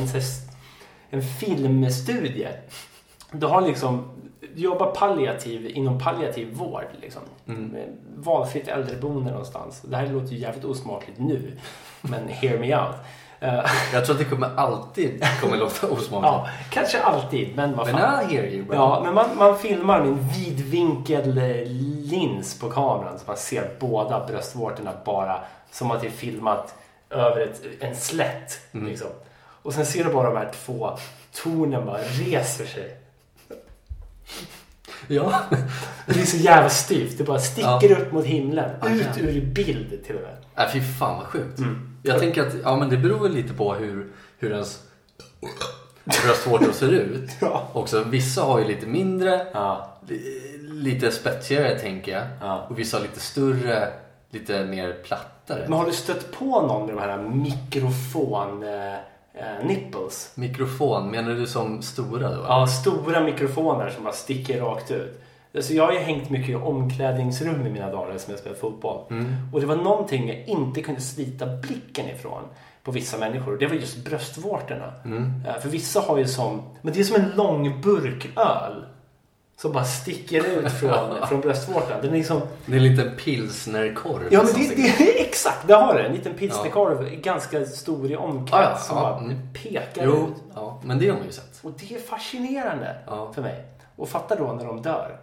En filmstudie. Du har liksom, du jobbar inom palliativ vård. Liksom. Valfritt äldreboende någonstans. Det här låter ju jävligt osmakligt nu. Men hear me out. Jag tror att det alltid kommer låta osmakligt. Ja, kanske alltid. Men vad fan. I hear you, bro. Ja, men man filmar med en vidvinkel lins på kameran. Så man ser båda bröstvårtorna bara som att det är filmat över en slätt. Liksom. Och sen ser du bara de här två tornen bara reser sig. Ja. Det är så jävla styvt. Det bara sticker upp mot himlen. Ut ur bild till och med. Fy fan vad sjukt. Jag tänker att men det beror väl lite på hur ens bröstvårtor ser ut. Också, vissa har ju lite mindre, lite spetsigare tänker jag. Och vissa har lite större, lite mer plattare. Men har du stött på någon med de här mikrofon... nipples. Mikrofon, menar du som stora då? Ja, stora mikrofoner som bara sticker rakt ut. Alltså jag har ju hängt mycket i omklädningsrum i mina dagar som jag spelat fotboll. Och det var någonting jag inte kunde slita blicken ifrån på vissa människor. Det var just bröstvårtorna. För vissa har ju men det är som en lång burköl som bara sticker ut från bröstvårtan. Den är liksom... Det är en liten pilsnerkorv. Ja, men det är exakt, det har det. En liten pilsnerkorv, ganska stor i omkrets som bara pekar ut. Ja, men det har man ju sett. Och det är fascinerande för mig. Och fatta då när de dör.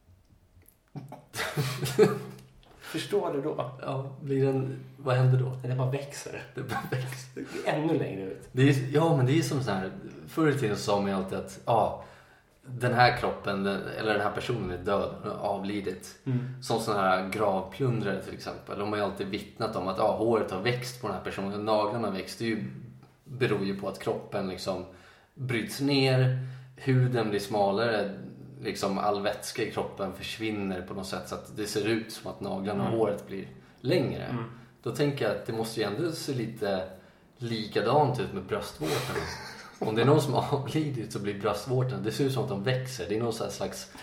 Förstår du då? Ja, vad händer då? Det bara växer. Det är ännu längre ut. Men det är som så här, förr i tiden sa man ju alltid att den här kroppen eller den här personen är död och avlidit. Som sådana här gravplundrare till exempel. De har ju alltid vittnat om att håret har växt på den här personen. Naglarna har växt. Det beror ju på att kroppen liksom bryts ner. Huden blir smalare. Liksom all vätska i kroppen försvinner på något sätt. Så att det ser ut som att naglarna och håret blir längre. Då tänker jag att det måste ju ändå se lite likadant ut med bröstvårtorna. Om det är någon som har avlidit så blir bröstvårtorna, det ser ut som att de växer. Det är någon slags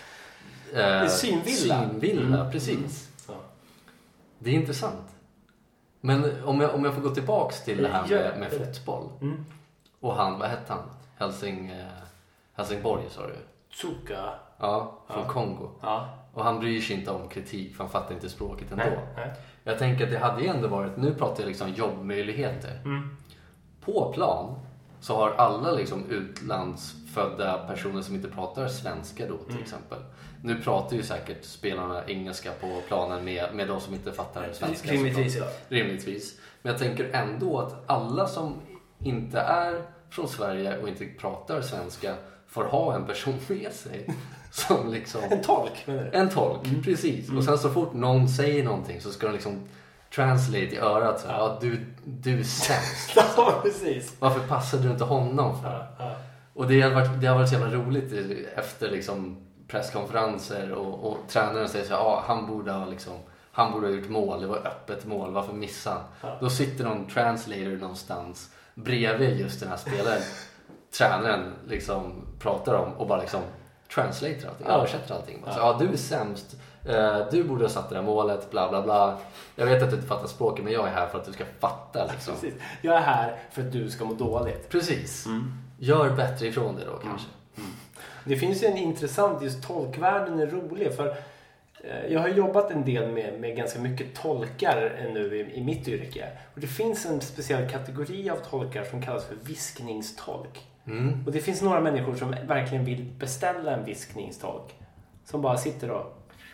synvilla. Precis. Det är intressant. Men om jag får gå tillbaks till det här med fotboll. Och vad hette han? Helsingborg sa du? Tsuka. Ja, från Kongo. Och han bryr sig inte om kritik för han fattar inte språket ändå. Nej. Jag tänker att det hade ju ändå varit, nu pratar jag liksom jobbmöjligheter. På plan så har alla liksom utlandsfödda personer som inte pratar svenska då till exempel. Nu pratar ju säkert spelarna engelska på planen med de som inte fattar svenska. Rimligtvis. Men jag tänker ändå att alla som inte är från Sverige och inte pratar svenska får ha en person med sig. Som liksom... En tolk, menar du? En tolk, precis. Och sen så fort någon säger någonting så ska de liksom translate i örat. Så, du är sämst. Ja, precis. Varför passar du inte honom för? Och det har varit så jävla roligt efter liksom presskonferenser och tränaren säger så här, han borde ha gjort mål, det var öppet mål, varför missade han? Då sitter någon translator någonstans bredvid just den här spelaren. Tränaren liksom pratar om och bara liksom translator allting, översätter allting. Så, du är sämst, du borde ha satt det där målet, bla bla bla. Jag vet att du inte fattar språket, men jag är här för att du ska fatta liksom. Precis. Jag är här för att du ska må dåligt. Precis. Gör bättre ifrån det då kanske. Det finns ju en intressant, just tolkvärlden är rolig för jag har jobbat en del med ganska mycket tolkar nu i mitt yrke. Och det finns en speciell kategori av tolkar som kallas för viskningstolk. Och det finns några människor som verkligen vill beställa en viskningstolk. Som bara sitter och...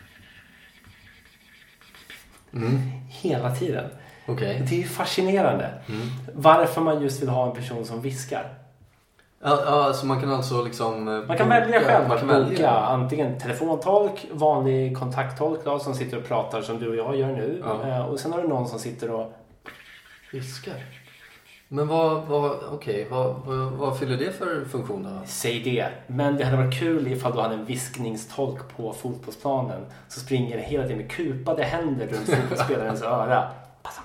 hela tiden. Okay. Det är ju fascinerande. Varför man just vill ha en person som viskar. Ja, så man kan alltså liksom... Man kan välja själv. Man kan boka antingen telefontolk, vanlig kontakttolk då, som sitter och pratar som du och jag gör nu. Och sen har du någon som sitter och... viskar. Men vad fyller det för funktion då? Säg det. Men det hade varit kul ifall du hade en viskningstolk på fotbollsplanen. Så springer det hela tiden med kupade händer runt fotbollsspelarens öra. Passa.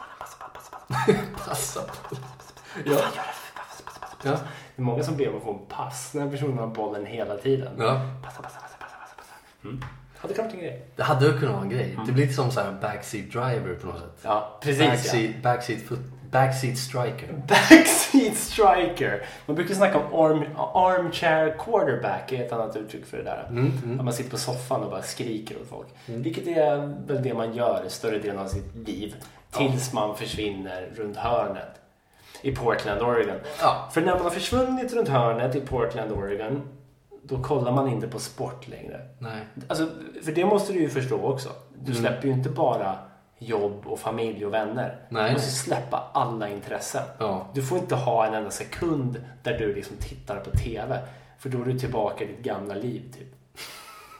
Ja. Det är många som ber om att få en pass när personen har bollen hela tiden. Ja. Passa. Hade kunnat vara en grej. Det hade kunnat vara en grej. Det blir lite som så här backseat driver på något sätt. Ja, precis. Backseat striker. Backseat striker. Man brukar snacka om armchair quarterback är ett annat uttryck för det där. Att man sitter på soffan och bara skriker åt folk. Vilket är väl det man gör i större delen av sitt liv. Tills man försvinner runt hörnet. I Portland, Oregon. Ja. För när man har försvunnit runt hörnet i Portland, Oregon, då kollar man inte på sport längre. Nej. Alltså, för det måste du ju förstå också. Du släpper ju inte bara jobb och familj och vänner. Nej. Du måste släppa alla intressen. Ja. Du får inte ha en enda sekund där du liksom tittar på tv. För då är du tillbaka i ditt gamla liv typ.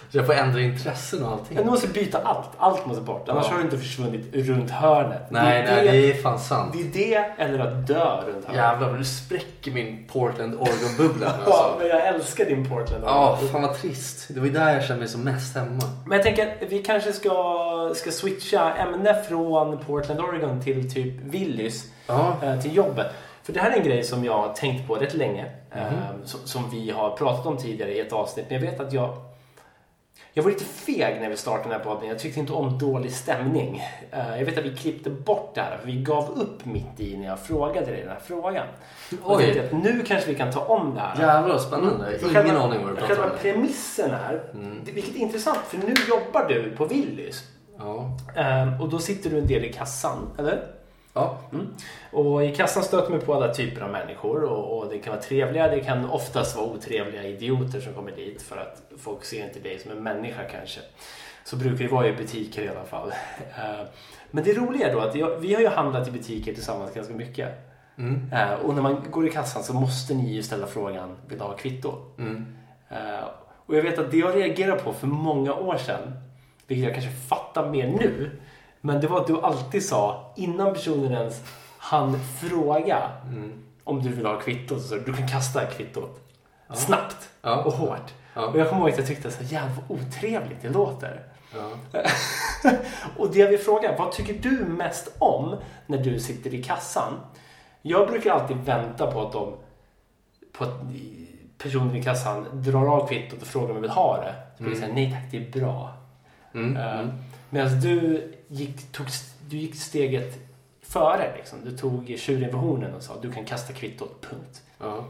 Så jag får ändra intressen och allting. Du måste byta allt. Allt måste bort. Annars har du inte försvunnit runt hörnet. Nej, det är fan sant. Det är det eller att dö runt hörnet. Jävlar, du spräcker min Portland Oregon-bubbla. Ja, men jag älskar din Portland Oregon. Ja, fan vad trist. Det var ju där jag kände mig som mest hemma. Men jag tänker att vi kanske ska switcha ämne från Portland Oregon till typ Willys. Till jobbet. För det här är en grej som jag har tänkt på rätt länge. Som vi har pratat om tidigare i ett avsnitt. Men jag vet att jag var lite feg när vi startade den här podden. Jag tyckte inte om dålig stämning. Jag vet att vi klippte bort det här. För vi gav upp mitt i när jag frågade dig den här frågan. Och jag tänkte att nu kanske vi kan ta om det här. Jävlar, spännande. Ingen aning vad du pratar om. Själva premissen här. Vilket är intressant. För nu jobbar du på Willys. Ja. Och då sitter du en del i kassan, eller? Ja. Och i kassan stöter man på alla typer av människor och det kan vara trevliga, det kan oftast vara otrevliga idioter som kommer dit för att folk ser inte dig som en människa kanske. Så brukar det vara i butiker i alla fall. Men det roliga är då att vi har ju handlat i butiker tillsammans ganska mycket. Och när man går i kassan så måste ni ju ställa frågan, vill du ha kvitto? Och jag vet att det jag reagerade på för många år sedan, vilket jag kanske fattar mer nu, men det var att du alltid sa, innan personen ens hann fråga om du vill ha kvittot, så du kan kasta kvittot snabbt och hårt. Och jag kommer ihåg att jag tyckte så jävla otrevligt det låter. Och det jag vill fråga, vad tycker du mest om när du sitter i kassan? Jag brukar alltid vänta på att personen i kassan drar av kvittot och frågar om jag vill ha det. Så brukar jag säga, nej tack, det är bra. Medan du gick steget före liksom. Du tog tjuren för hornen och sa du kan kasta kvittot, punkt.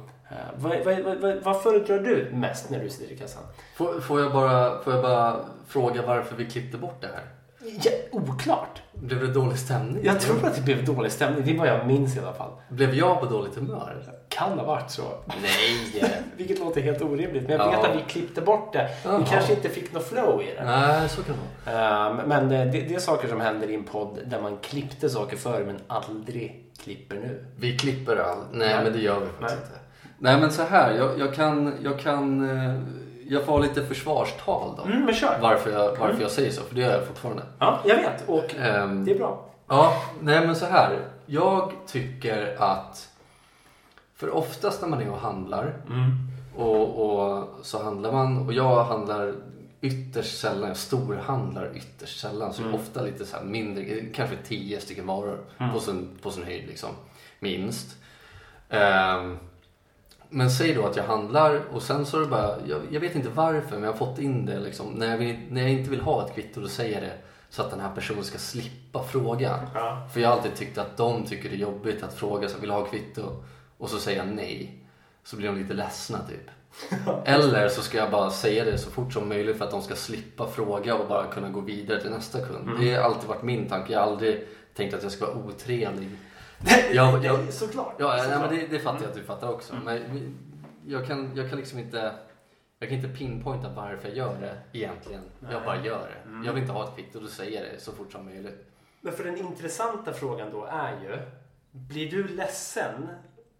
Vad föredrar du mest när du sitter i kassan? Får jag bara fråga varför vi klippte bort det här? Ja, oklart. Blev det dålig stämning? Jag tror att det blev dålig stämning. Det är vad jag minns i alla fall. Blev jag på dåligt humör? Kan ha varit så. Nej. Vilket låter helt orimligt. Men jag vet att vi klippte bort det. Vi kanske inte fick något flow i det. Nej, så kan det vara. Men det är saker som händer i en podd där man klippte saker förr men aldrig klipper nu. Vi klipper allt. Nej, men det gör vi faktiskt inte. Nej, men så här. Jag får ha lite försvarstal då. Men kör. Varför jag säger så. För det gör jag fortfarande. Ja, jag vet. Och det är bra. Ja, nej men så här. Jag tycker att för oftast när man är och handlar och så handlar man, och jag handlar ytterst sällan, jag storhandlar ytterst sällan, så ofta lite så här mindre, kanske 10 stycken varor på sin höjd liksom, minst. Men säg då att jag handlar och sen så är det bara, jag vet inte varför, men jag har fått in det liksom, när jag inte vill ha ett kvitto, då säger jag det så att den här personen ska slippa fråga. För jag har alltid tyckt att de tycker det är jobbigt att fråga, så vill ha kvitto, och så säger jag nej, så blir de lite ledsna typ. Eller så ska jag bara säga det så fort som möjligt för att de ska slippa fråga och bara kunna gå vidare till nästa kund. Det har alltid varit min tanke. Jag har aldrig tänkt att jag ska vara otrevlig. Såklart. Ja, nej, men det fattar jag att du fattar också. Men jag kan liksom inte, jag kan inte pinpointa varför jag gör det egentligen. Jag bara gör det. Jag vill inte ha ett kvitto, då säger jag det så fort som möjligt. Men för den intressanta frågan då är ju, blir du ledsen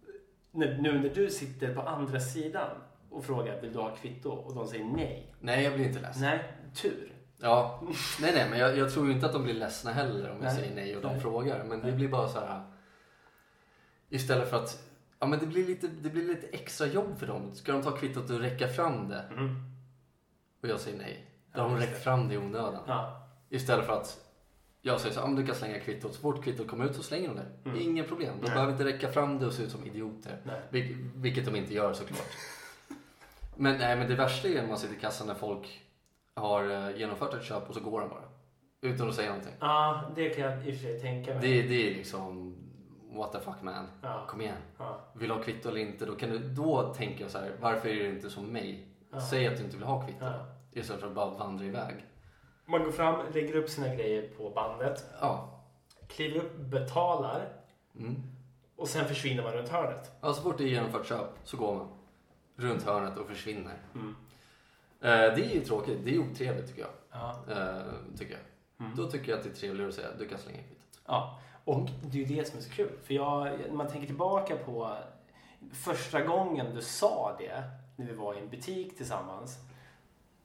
nu när du sitter på andra sidan och frågar vill du ha kvitto och de säger nej? Nej, jag blir inte ledsen. Nej, tur. Ja, nej, men jag tror ju inte att de blir ledsna heller om jag säger nej och de frågar. Men det blir bara så här, istället för att, ja men det blir lite extra jobb för dem. Ska de ta kvittot och räcka fram det? Och jag säger nej. Då har de räckt fram det i onödan. Istället för att jag säger så här, du kan slänga kvittot. Så fort kvittot kommer ut så slänger de det. Inga problem. De behöver inte räcka fram det och se ut som idioter. Vilket de inte gör såklart. Men det värsta är när man sitter i kassan när folk har genomfört ett köp och så går de bara. Utan att säga någonting. Ja, det kan jag i och för sig tänka mig. Det är liksom, what the fuck man. Kom igen. Vill du ha kvitto eller inte? Då tänker jag så här, varför är det inte som mig? Säg att du inte vill ha kvitto. Istället för att bara vandra iväg. Man går fram, lägger upp sina grejer på bandet. Kliver upp, betalar. Och sen försvinner man runt hörnet. Ja, så fort det är genomfört köp så går man runt hörnet och försvinner. Det är ju tråkigt. Det är otrevligt tycker jag. Tycker jag. Då tycker jag att det är trevligare att säga du kan slänga kvittot. Ja, och det är ju det som är så kul. För när man tänker tillbaka på första gången du sa det när vi var i en butik tillsammans.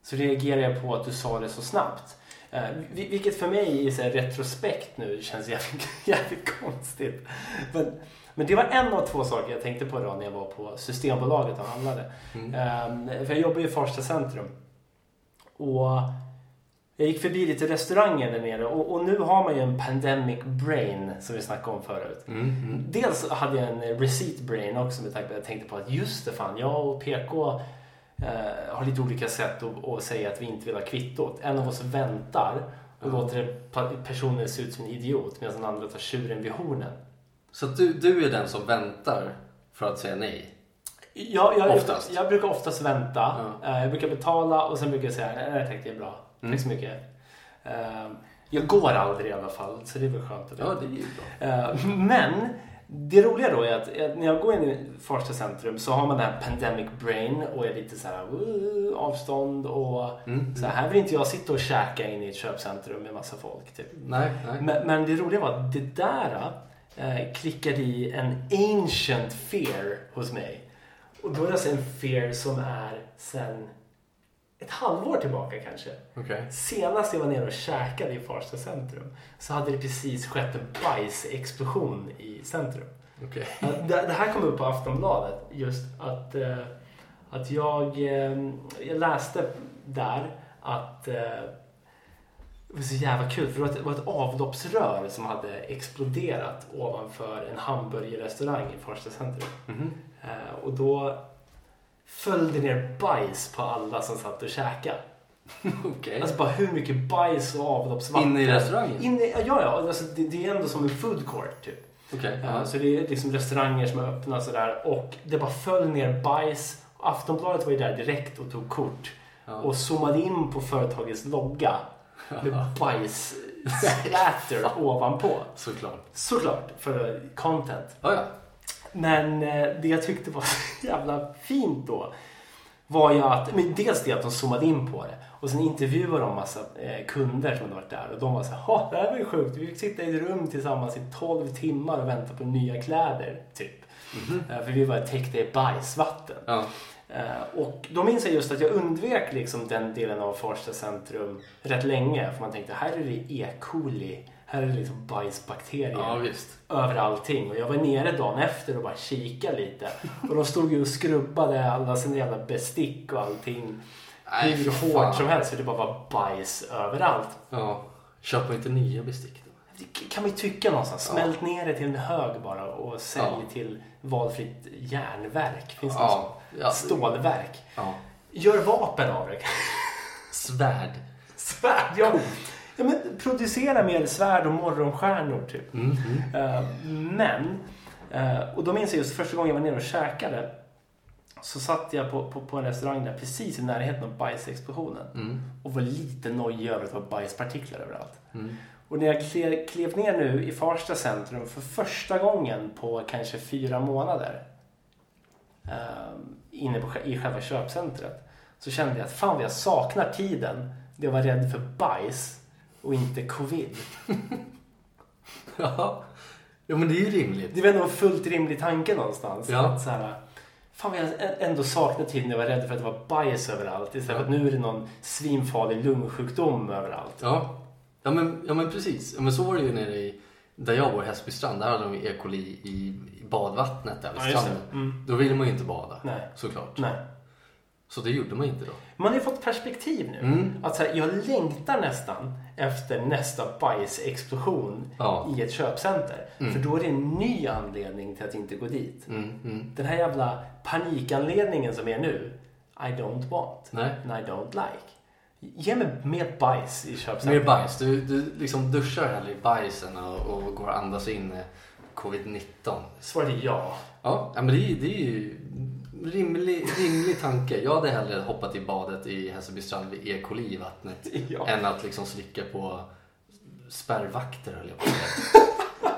så reagerade jag på att du sa det så snabbt. Vilket för mig i så här retrospekt nu känns jävligt konstigt. Men det var en av 2 saker jag tänkte på idag när jag var på Systembolaget och handlade. För jag jobbar ju i Farsta centrum. Och jag gick förbi lite restauranger där nere. Och nu har man ju en pandemic brain som vi snackade om förut. Dels hade jag en receipt brain också med tanke på att jag tänkte på att just det fan, jag och PK har lite olika sätt att säga att vi inte vill ha kvittot. En av oss väntar och låter personen se ut som en idiot medan den andra tar tjuren vid hornen. Så du är den som väntar för att säga nej? Jag brukar oftast vänta. Jag brukar betala och sen brukar jag säga nej tack, det är bra. Tack så mycket. Jag går aldrig i alla fall, så det är väl skönt. Ja, det är ju bra. Men det roliga då är att när jag går in i Farsta centrum så har man den här pandemic brain och är lite så här avstånd och så här vill inte jag sitta och käka in i ett köpcentrum med massa folk typ. Nej. Men det roliga var att det där klickade i en ancient fear hos mig. Och då är det alltså en fear som är sen ett halvår tillbaka kanske. Okay. Senast jag var nere och käkade i Farsta centrum så hade det precis skett en bajsexplosion i centrum. Okay. Det här kom upp på Aftonbladet just att jag läste där att det var så jävla kul för det var ett avloppsrör som hade exploderat ovanför en hamburgerrestaurang i Farsta centrum. Och då följde ner bajs på alla som satt och käkade. Okay. Alltså bara hur mycket bajs och avloppsvatten. Inne i restaurangen? Ja. Alltså det är ändå som en food court typ. Okay. Så det är liksom restauranger som är öppna och sådär. Och det bara föll ner bajs. Aftonbladet var ju där direkt och tog kort. Och zoomade in på företagets logga. Med bajs-splatter ovanpå. Såklart, för content. Ja. Men det jag tyckte var så jävla fint då var ju att, men dels det att de zoomade in på det och sen intervjuade de massa kunder som hade varit där och de var så här, det här var ju sjukt, vi fick sitta i ett rum tillsammans i 12 timmar och vänta på nya kläder typ. För vi var täckta i bajsvatten. Och då minns jag just att jag undvek liksom den delen av Farsta centrum rätt länge, för man tänkte här är det E. coli. Här är det liksom bajsbakterier över allting. Och jag var nere dagen efter och bara kikade lite. Och de stod ju och skrubbade alla sina jävla bestick och allting. Hur hårt som helst. För det bara var bajs överallt. Ja, köper inte nya bestick då? Det kan man ju tycka någonstans. Smält ner det till en hög bara och sälj till valfritt järnverk. Finns det något stålverk. Gör vapen av det. Svärd, ja. Ja, men producera mer svärd och morgonstjärnor typ. Och då minns jag just första gången jag var nere och käkade så satt jag på en restaurang där precis i närheten av bajsexplosionen och var lite nojig över att det var bajspartiklar överallt. Och när jag klev ner nu i Farsta centrum för första gången på kanske 4 månader inne i själva köpcentret så kände jag att fan vad jag saknar tiden då jag var rädd för bajs och inte covid. Ja, men det är ju rimligt. Det var ändå en fullt rimlig tanke någonstans. Ja. Att så här, fan jag ändå saknade tiden jag var rädd för att det var bajs överallt. Istället för att nu är det någon svinfarlig lungsjukdom överallt. Ja men precis. Ja, men så var det ju nere där jag bor i Hässelbystrand. Där hade de E. coli i badvattnet där vid stranden. Då ville man ju inte bada. Nej. Såklart. Nej. Så det gjorde man inte då. Man har ju fått perspektiv nu. Att så här, jag längtar nästan efter nästa bajsexplosion i ett köpcenter. För då är det en ny anledning till att inte gå dit. Den här jävla panikanledningen som är nu. I don't want. Nej. And I don't like. Ge mig mer bajs i köpcenter. Mer bajs. Du liksom duschar hellre i bajsen och går och andas in covid-19. Svaret är ja. Ja, men det är ju rimlig tanke. Jag hade hellre hoppat i badet i Hässelbystrand vid E. coli i vattnet än att liksom slicka på spärrvakter höll jag på att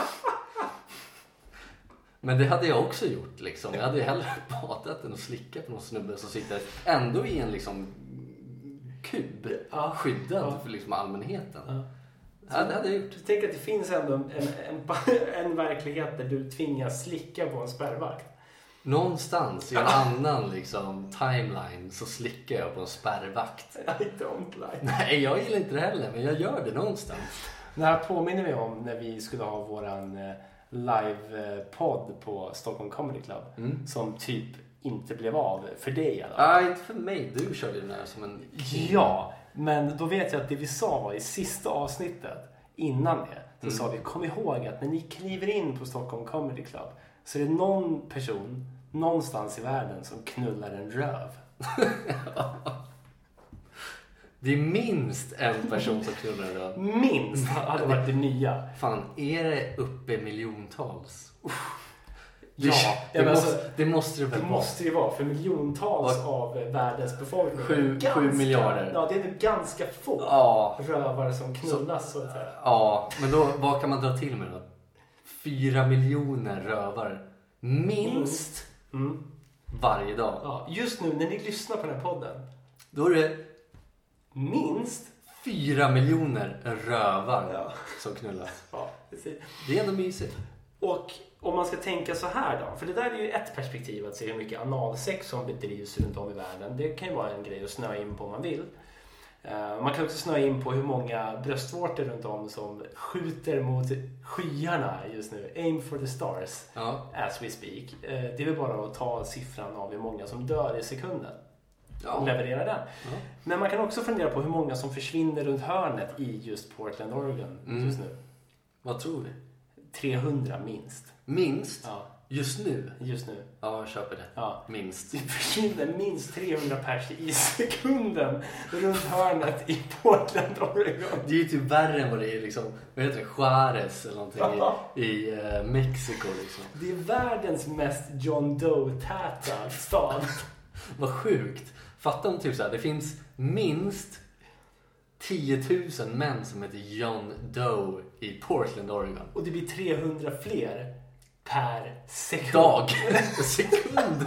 Men det hade jag också gjort liksom. Jag hade hellre badat än att slicka på någon snubbe som sitter ändå i en liksom kub skyddad för liksom allmänheten. Ja, det hade jag gjort. Du tänker att det finns ändå en verklighet där du tvingas slicka på en spärrvakt. någonstans i en annan liksom timeline så slickar jag på en spärrvakt. I don't like. Nej, jag gillar inte det heller, men jag gör det någonstans. Det här påminner vi om när vi skulle ha våran live-podd på Stockholm Comedy Club. Som typ inte blev av för dig i alla fall. Nej, inte för mig. Du körde den här som en... Ja, men då vet jag att det vi sa var i sista avsnittet innan det. Så sa vi, kom ihåg att när ni kliver in på Stockholm Comedy Club så är det någon person någonstans i världen som knullar en röv. Det är minst en person som knullar en röv. Minst hade varit det nya. Fan, är det uppe miljontals? Det måste det väl vara. Det måste det vara, för miljontals av världens befolkning. 7 miljarder. Ja, det är nu ganska få rövare som knullas. Så att säga. Ja, men då, vad kan man dra till med då? 4 miljoner rövare. Minst varje dag. Ja, just nu när ni lyssnar på den här podden. Då är det minst 4 miljoner rövare som knullas. Ja, precis. Det är ändå mysigt. Och om man ska tänka så här då, för det där är ju ett perspektiv att se hur mycket analsex som bedrivs runt om i världen. Det kan ju vara en grej att snöa in på om man vill. Man kan också snöa in på hur många bröstvårtor runt om som skjuter mot skyarna just nu. Aim for the stars, as we speak. Det är väl bara att ta siffran av hur många som dör i sekunden. Och leverera den. Men man kan också fundera på hur många som försvinner runt hörnet i just Portland, Oregon just nu. Vad tror vi? 300 minst. Minst? Ja. Just nu? Just nu. Ja, jag köper det. Ja. Minst. Det försvinner minst 300 pers i sekunden runt hörnet i Portland, Oregon. Det är ju typ värre än vad det är liksom, vad heter det, Juarez eller någonting i Mexiko liksom. Det är världens mest John Doe-täta stad. Vad sjukt. Fatta om typ så här, det finns minst 10 000 män som heter John Doe i Portland, Oregon. Och det blir 300 fler per sekund. Dag. Sekund.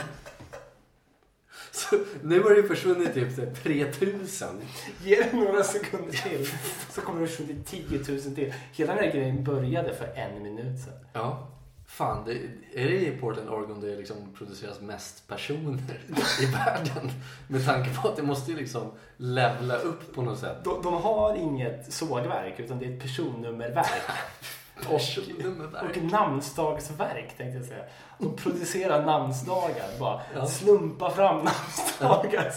Så nu har det försvunnit typ 3000. Ge det några sekunder till så kommer det försvunnit 10 000 till. Hela den här grejen började för 1 minut sedan. Ja. Fan, är det i Portland, Oregon det liksom produceras mest personer i världen? Med tanke på att det måste ju liksom levla upp på något sätt. De har inget sågverk utan det är ett personnummerverk. Och namnsdagsverk tänkte jag säga. De producerar namnsdagar. Bara slumpa fram namnsdagar.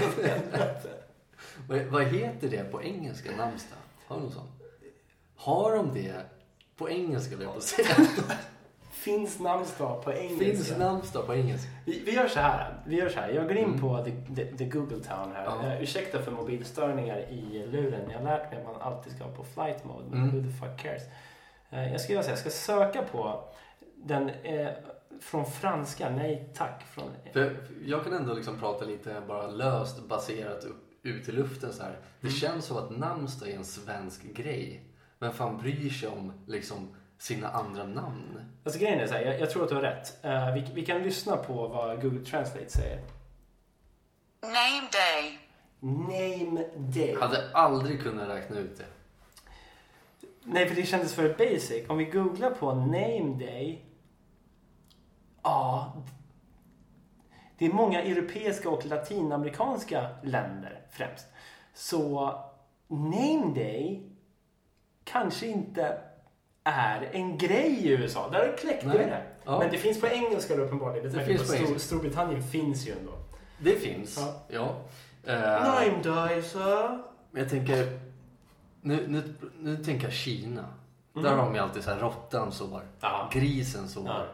Vad heter det på engelska, namnsdag? Har de sånt? Har de det på engelska? Jag på säga? Finns namnsdag på engelska? Finns namnsdag på engelska? Vi gör så här. Jag går in på the Google Town här. Ursäkta för mobilstörningar i luren. Jag har lärt mig att man alltid ska på flight mode. Men who the fuck cares? Jag ska göra så här. Jag ska söka på den från franska. Nej, tack. För jag kan ändå liksom prata lite bara löst baserat ut i luften så här. Det känns som att namnsdag är en svensk grej. Men fan bryr sig om liksom sina andra namn. Alltså grejen är så här, jag tror att du har rätt. Vi kan lyssna på vad Google Translate säger. Name day. Name day. Hade aldrig kunnat räkna ut det. Nej, för det kändes för basic. Om vi googlar på name day. Ja. Det är många europeiska och latinamerikanska länder främst. Så name day kanske inte är en grej i USA. Där kläckte vi det. Ja. Men det finns på engelska uppenbarligen. Det finns på engelska. Storbritannien finns ju ändå. Det finns, ja. Name day, så. Men jag tänker... Nu tänker jag Kina. Där har de ju alltid så här råttan sår. Grisen sår.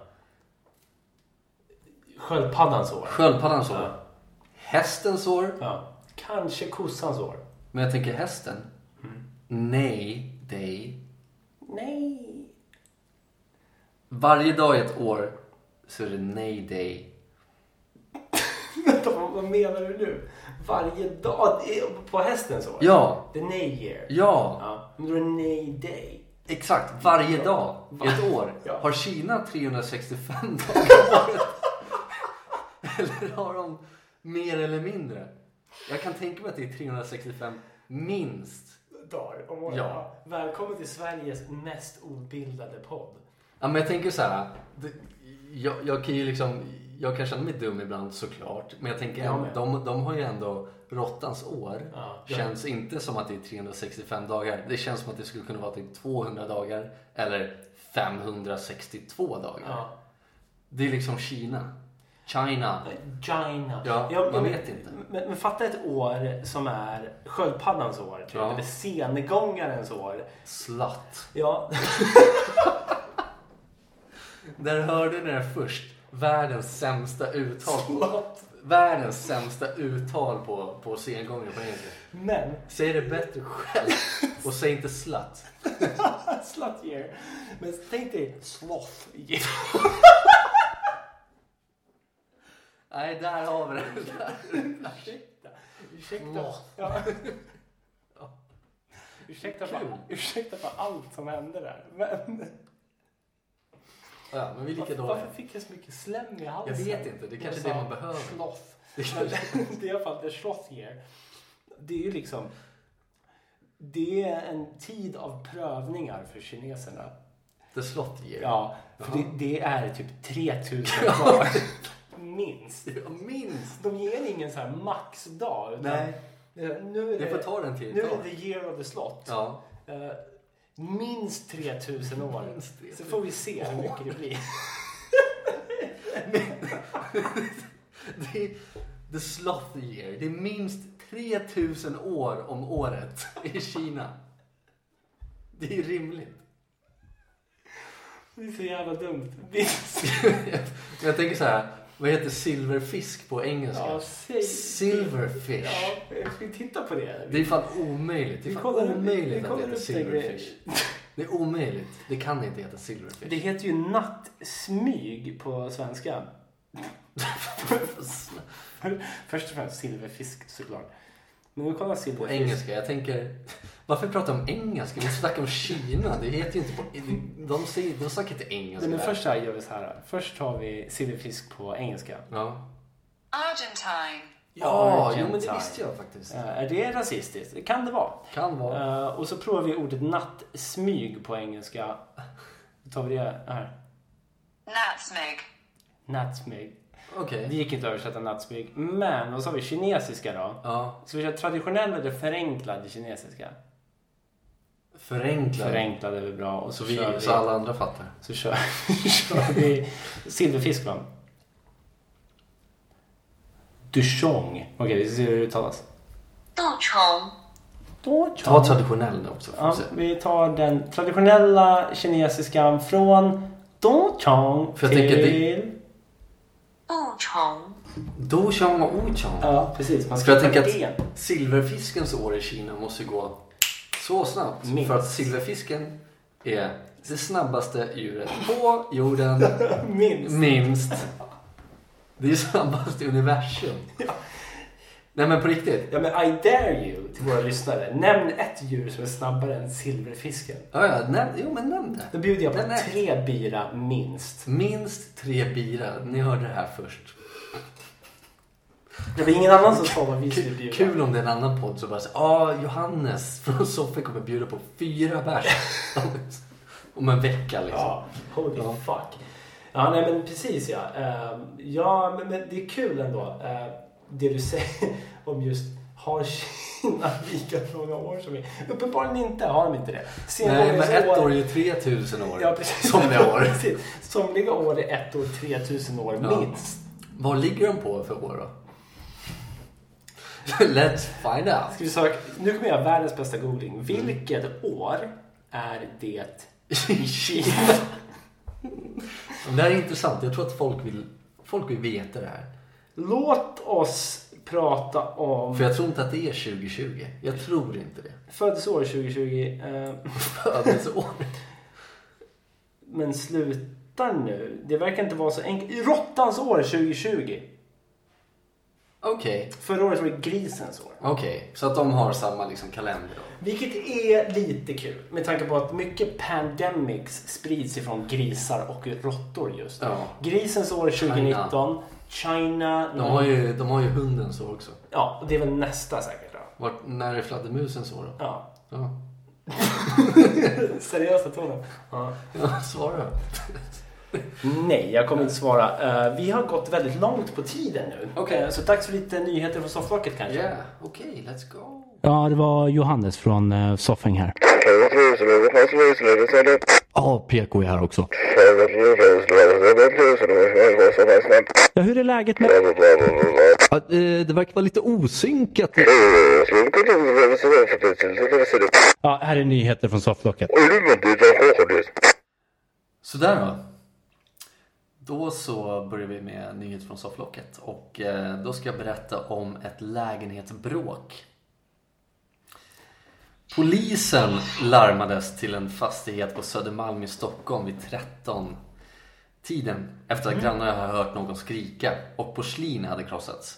Sköldpaddan sår. Hästen sår. Ja. Kanske kossan sår. Men jag tänker hästen. Nej, dig. Nej. Varje dag i ett år så är det nej day. Vad menar du nu? Varje dag på hästen så? Ja. The nej year. Ja. Men då är det nej day. Exakt, varje dag i ett år. Har Kina 365 dagar om året? Eller har de mer eller mindre? Jag kan tänka mig att det är 365 minst dagar om året. Ja. Välkommen till Sveriges mest obildade podd. Ja, men jag tänker så här. Jag kan ju liksom... jag kan känna mig dum ibland såklart. Men jag tänker, de har ju ändå råttans år. Känns inte som att det är 365 dagar. Det känns som att det skulle kunna vara typ 200 dagar. Eller 562 dagar. Ja. Det är liksom Kina. China. Ja, man vet inte. Men fatta ett år som är sköldpaddans år. Typ, eller sengångarens år. Slatt. Ja. Där hörde ni det först. Världens sämsta uttal. Världens sämsta uttal på sengången på engelska. Men säg det bättre själv. Och säg inte slut. Slut year. Men tänk dig sloth year. Nej, där har vi det. Ursäkta. Ja. Ursäkta för allt som hände där. Men vi är lika dåliga. Varför fick jag så mycket slem i halsen? Jag vet inte, det är kanske det man behöver. Sloth. Det är i alla fall the sloth year. Det är ju liksom... Det är en tid av prövningar för kineserna. The sloth year? Ja, för det är typ 3000 dagar. Minst. Ja, minst. De ger ingen så här maxdag. Nej. Nu är det får ta den till. Nu är det the year of the slot. Ja. Minst 3000 år. Så får vi se hur mycket det blir. Det är the sloth year. Det är minst 3000 år om året i Kina. Det är rimligt. Det är så jävla dumt. Jag tänker så här. Vad heter silverfisk på engelska? Ja, silverfish. Ja, jag ska titta på det. Det är fan omöjligt. Det är fan omöjligt att det heter silverfish. Det är omöjligt. Det kan inte heta silverfish. Det heter ju nattsmyg på svenska. Först och främst silverfisk såklart. Men nu kollar silverfisk. På engelska, jag tänker... Varför pratar om engelska? Vi snackar om Kina. Det heter ju inte på... De snackar inte engelska. Men först här gör vi så här. Först har vi silverfisk på engelska. Ja. Argentine. Ja, jo, men det visste jag faktiskt. Är det rasistiskt? Det kan det vara. Kan vara. Och så provar vi ordet nattsmyg på engelska. Då tar vi det här. Nattsmyg. Okay. Det gick inte att översätta nattsmyg. Men vad sa vi? Kinesiska då? Ja. Ska vi köra traditionell eller förenklad kinesiska? Förenklad är väl bra. Och så alla andra fattar. Så kör vi silverfisk va? Duchong. Okej, vi ser hur det uttalas. Ta traditionell också. Ja, vi tar den traditionella kinesiskan från Duchong till... Duchong och Wuchong. Ja, precis. För jag tänker att silverfiskens år i Kina måste gå så snabbt. Minst. För att silverfisken är det snabbaste djuret på jorden. Minst. Det är snabbast i universum. Ja. Nej men på riktigt. Ja men I dare you till våra lyssnare. Nämn ett djur som är snabbare än silverfisken. Ja, nämn det. Då bjuder jag på 3 bira minst. Minst 3 bira. Ni hörde det här först. Det var ingen annan som sa vad vi skulle bjuda. Kul om det är en annan podd så bara så Johannes från Sofie kommer bjuda på 4 bärs. Om en vecka liksom. Ja, holy fuck. Ja, nej men precis ja. Ja, men det är kul ändå. Det du säger om just har Kina lika många år som vi. Uppenbarligen inte, har de inte det. Nej, men ett år är ju 3000 år. Ja, precis. Somliga år. Somliga år är ett år 3000 år minst. Vad ligger de på för år då? Let's find out. Ska vi söka? Nu kommer jag göra världens bästa googling. Vilket år är det i Kina? Det här är intressant. Jag tror att folk vill veta det här. Låt oss prata om... För jag tror inte att det är 2020. Jag tror inte det. Födelseår 2020. Födelseår. Men slutar nu. Det verkar inte vara så enkelt. Råttans år 2020. Okej. Förra året var det grisens år. Okej, så att de har samma liksom kalender då. Vilket är lite kul. Med tanke på att mycket pandemics sprids ifrån grisar och råttor just. Ja. Grisens år 2019. China. De har ju hundens år också. Ja, och det är väl nästa säkert då. När är fladdermusens år då? Ja. Ja. Seriösa tonen. Ja. Ja, svara. Nej, jag kommer inte svara. Vi har gått väldigt långt på tiden nu. Okej. Så dags för lite nyheter från sofflocket kanske. Yeah, okej, let's go. Ja, det var Johannes från Soffing här. Ja, PK är här också. Ja, hur är läget med... Ja, det verkar vara lite osynkat. Ja, här är nyheter från sofflocket. Sådär då. Då så börjar vi med nyhet från sofflocket. Och då ska jag berätta om ett lägenhetsbråk. Polisen larmades till en fastighet på Södermalm i Stockholm vid 13-tiden efter att grannar hade hört någon skrika och porslin hade krossats.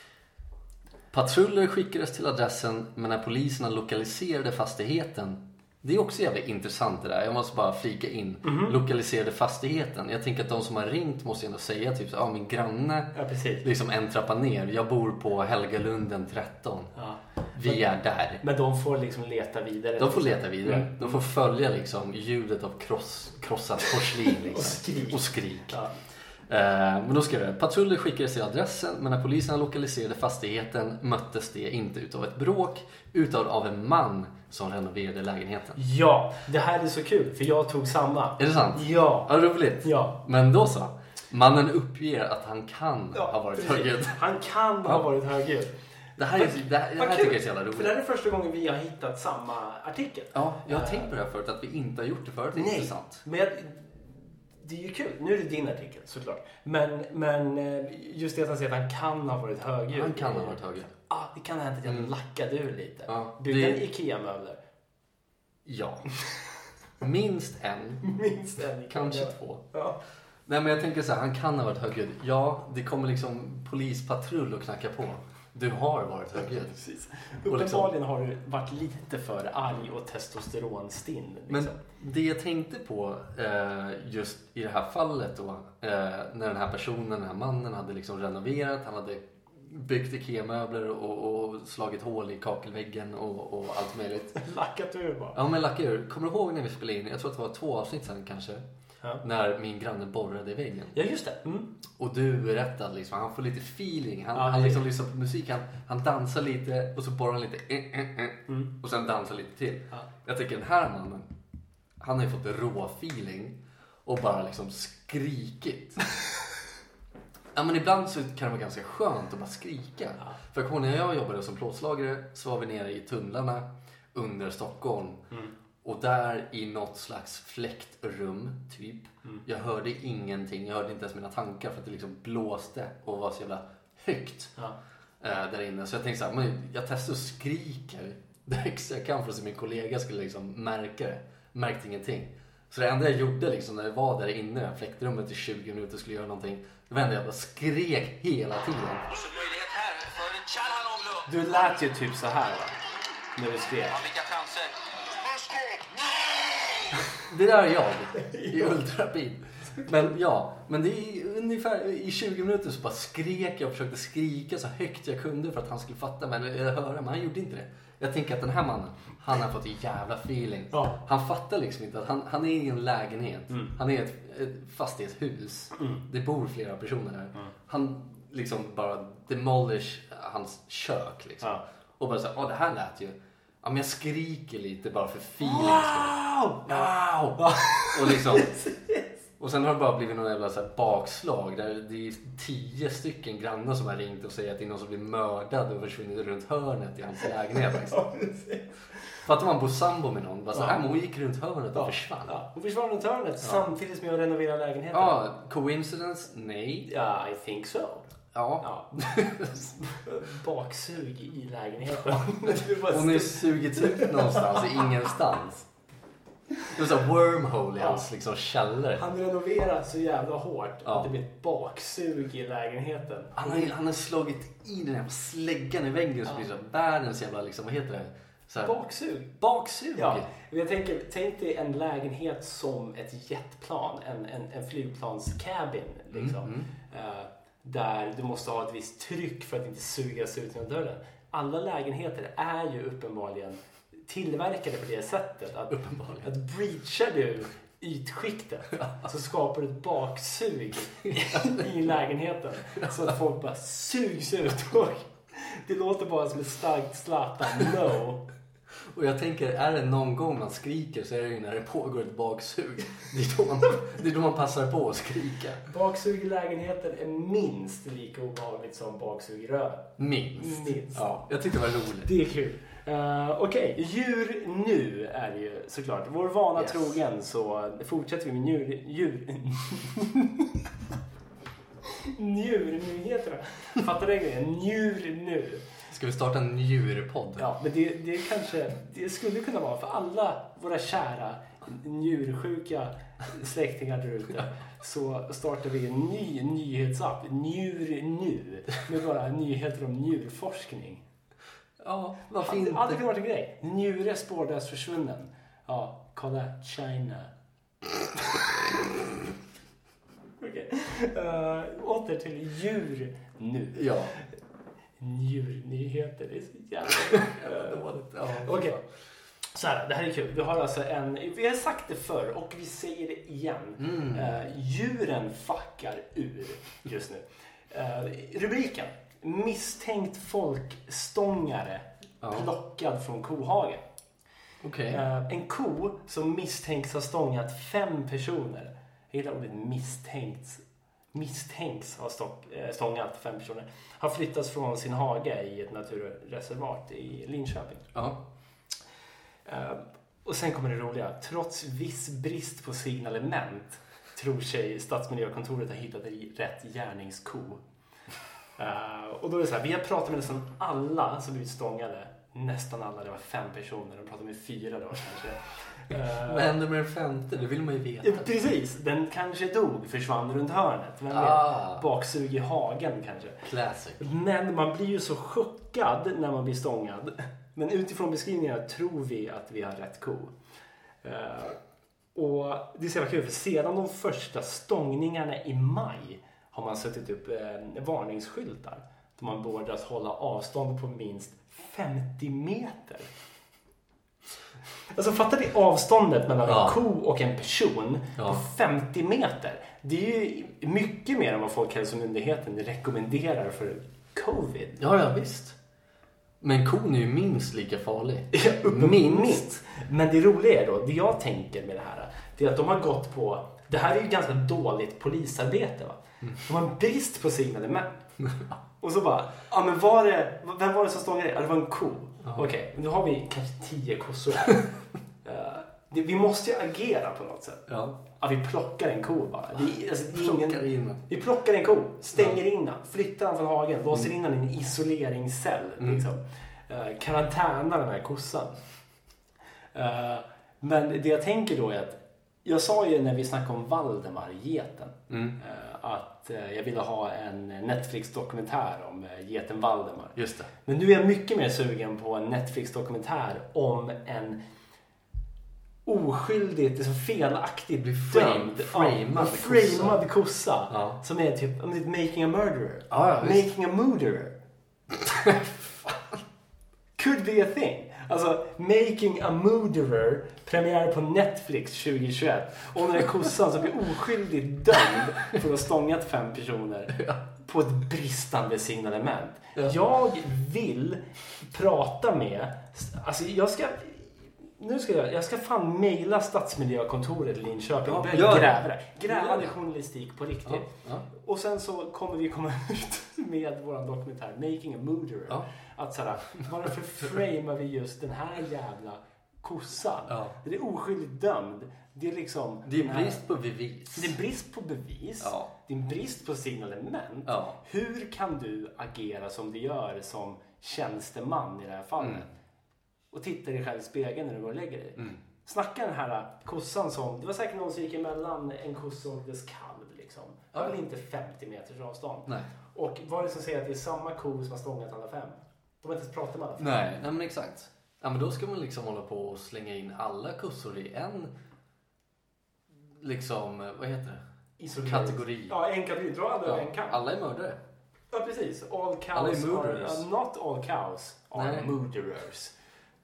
Patruller skickades till adressen, men när poliserna lokaliserade fastigheten... Det är också jävligt intressant det där. Jag måste bara flika in. Lokaliserade fastigheten. Jag tänker att de som har ringt måste ändå säga typ så, min granne liksom en trappa ner. Jag bor på Helgalunden 13. Ja. Vi är där. Men de får liksom leta vidare. De får leta vidare. De får följa liksom ljudet av krossat porslin liksom. och skrik. Ja. Men då ska det. Patruller skickades till adressen, men när poliserna lokaliserade fastigheten möttes det inte utav ett bråk utan av en man som renoverade lägenheten. Ja, det här är så kul för jag tog samma. Är det sant? Ja. Ja, roligt. Ja. Men då så. Mannen uppger att han kan ha varit högljudd. Han kan ha varit högljudd. Det här tycker jag är så jävla roligt. För det här är första gången vi har hittat samma artikel. Ja, jag har tänkt på det här förut att vi inte har gjort det förut. Det är intressant. Men det är ju kul. Nu är det din artikel såklart. Men just det att han säger att han kan ha varit högljudd. Han kan ha varit högljudd. Det kan ha hänt att jag lackade ur lite. Ja, Byggde en Ikea-möbler. Ja. Minst en. Kanske två. Ja. Nej, men jag tänker så här, han kan ha varit högljudd. Ja, det kommer liksom polispatrull och knacka på. Du har varit högljudd. Precis. Uppenbarligen har du varit lite för arg och testosteronstinn. Liksom. Men det jag tänkte på just i det här fallet då, när den här personen, den här mannen hade liksom renoverat, han hade byggt Ikea-möbler och slagit hål i kakelväggen och allt möjligt. Lackat ur bara. Ja, men lackat ur. Kommer du ihåg när vi spelade in? Jag tror att det var 2 avsnitt sedan kanske. Ja. När min granne borrade i väggen. Ja, just det. Och du berättade liksom, han får lite feeling. Han liksom lyssnar på musik, han dansar lite och så borrar han lite och sen dansar lite till. Ja. Jag tycker den här mannen, han har ju fått rå feeling och bara liksom skrikit. Ja, men ibland så kan det vara ganska skönt att bara skrika. Ja. För jag kommer när jag jobbade som plåtslagare så var vi nere i tunnlarna under Stockholm. Och där i något slags fläktrum typ. Jag hörde ingenting. Jag hörde inte ens mina tankar för att det liksom blåste och var så jävla högt där inne. Så jag tänkte så här, men jag testar och skriker det extra jag kan för att min kollega skulle liksom märka det. Märkte ingenting. Så det enda jag gjorde liksom när jag var där inne i fläktrummet i 20 minuter och skulle göra någonting. Det var enda jag bara skrek hela tiden. Du lät ju typ så här va? När du skrek. Ja, vilka chanser? Det där är jag i ultrapid. Men det är ungefär i 20 minuter så bara skrek jag och försökte skrika så högt jag kunde för att han skulle fatta mig eller höra, men han gjorde inte det. Jag tänker att den här mannen, han har fått en jävla feeling. Ja. Han fattar liksom inte att han är i en lägenhet. Han är ett fastighetshus. Det bor flera personer där. Han liksom bara demolish hans kök liksom. Ja. Och bara så det här lät ju. Ja, men jag skriker lite bara för feeling. Wow! Och liksom och sen har det bara blivit någon jävla så här bakslag där det är 10 stycken grannar som har ringt och säger att det är någon som blir mördad och försvunnit runt hörnet i hans lägenhet liksom. Fattar man bor sambo med någon bara så här, men hon gick runt hörnet och försvann. Ja, hon försvann runt hörnet samtidigt som jag renoverar lägenheten. Ja, coincidence? Nej. Ja, I think so. Ja. Baksug i lägenheten. Hon är sugit ut någonstans i ingenstans. Det var så wormhole i hans liksom källare. Han renoverar så jävla hårt att det blir ett baksug i lägenheten. Han har slagit i den här släggan i väggen så blir det så världens jävla liksom, vad heter det? Så här, baksug. Ja. Tänk dig en lägenhet som ett jetplan, en flygplanscabin liksom. Där du måste ha ett visst tryck för att inte sugas ut genom dörren. Alla lägenheter är ju uppenbarligen tillverkade på det sättet att breachar du ytskiktet så skapar du ett baksug i lägenheten så att folk bara sugs ut. Det låter bara som ett starkt Zlatan no. Och jag tänker, är det någon gång man skriker så är det ju när det pågår ett baksug. Det är då man passar på att skrika. Baksug i lägenheten är minst lika obehagligt som baksug i röv. Minst. Ja, jag tyckte det var roligt. Det är kul. Okej, djur nu är det ju såklart. Vår vana trogen så fortsätter vi med njurnyheterna. Fattar du grejen? Njur nu. Ska vi starta en njurpodd? Ja, men det skulle kunna vara för alla våra kära njursjuka släktingar där ute. Så startar vi en ny nyhetsapp, Njur nu, med bara nyheter om njurforskning. Ja, varför inte? Det hade kunnat vara en grej. Njure spårlöst försvunnen. Ja, kolla China. Okej. Åter till djur nu. Ja. Njurnyheter, det är så jävla Okej. Så här, det här är kul. Vi har alltså vi har sagt det förr och vi säger det igen. Djuren fuckar ur just nu. Rubriken: misstänkt folkstångare plockad från kohagen. Okay. En ko som misstänks ha stångat 5 personer. Hela ordet misstänks ha stångat 5 personer. Har flyttats från sin hage i ett naturreservat i Linköping. Och sen kommer det roliga. Trots viss brist på signalement tror sig Stadsmiljökontoret ha hittat rätt gärningsko. Och då är det så här, vi har pratat med nästan alla som blivit stångade. Nästan alla, det var 5 personer. De pratade med 4 då kanske. Vad hände med den 5:e? Det vill man ju veta. Precis, den kanske dog, försvann runt hörnet. Men baksug i hagen kanske. Classic. Men man blir ju så chockad när man blir stångad. Men utifrån beskrivningarna tror vi att vi har rätt ko. Och det är så kul, för sedan de första stångningarna i maj har man suttit upp varningsskyltar. Då man beordras hålla avstånd på minst 50 meter. Alltså fattar ni avståndet mellan en ko och en person på 50 meter? Det är ju mycket mer än vad Folkhälsomyndigheten rekommenderar för covid. Ja, visst. Men kon är ju minst lika farlig. Minst. Men det roliga är då, det jag tänker med det här, det är att de har gått på, det här är ju ganska dåligt polisarbete va? De har en brist på signalement. Och så bara, men vem var det som stångade det? Ja, det var en ko. Okej, nu har vi kanske 10 kossor här. Vi måste ju agera på något sätt. Att vi plockar en ko bara. Vi plockar en ko, stänger in den, flyttar den från hagen, låser in den i en isoleringscell. Liksom. Karantänar den här kossan. Men det jag tänker då är att jag sa ju när vi snackade om Valdemar, geten, att jag ville ha en Netflix-dokumentär om geten Valdemar. Just det. Men nu är jag mycket mer sugen på en Netflix-dokumentär om en oskyldigt, liksom felaktigt framad kossa som är typ making a murderer. Making a murderer. Could be a thing. Alltså, Making a Murderer, premiär på Netflix 2021. Och den här kossan som blir oskyldigt dömd för att ha stångat 5 personer på ett bristande signalement. Jag vill prata med, alltså jag ska fan mejla Stadsmiljökontoret i Linköping och gräva journalistik på riktigt. Och sen så kommer vi komma ut med våran dokumentär Making a Murderer. Att såhär, varför framar vi just den här jävla kossan? Det är oskyldigt dömd. Det är liksom, det är brist på bevis. Det är brist på bevis. Det är en brist på signalement. Hur kan du agera som du gör som tjänsteman i det här fallet? Och titta dig själv i spegeln när du går och lägger dig. Snacka den här kossan som, det var säkert någon som gick emellan en kossa och dess kalv liksom. Det var inte 50 meters avstånd. Nej. Och vad är det som säger att det är samma ko som har stångat alla 5? De har inte ens pratat med alla 5. Nej, men exakt. Ja, men då ska man liksom hålla på och slänga in alla kossor i en, liksom, vad heter det? Kategori. Ja, en kategori. Dra alla över en kam. Alla är mördare. Ja, precis. All cows alla är murderers. Not all cows are murderers.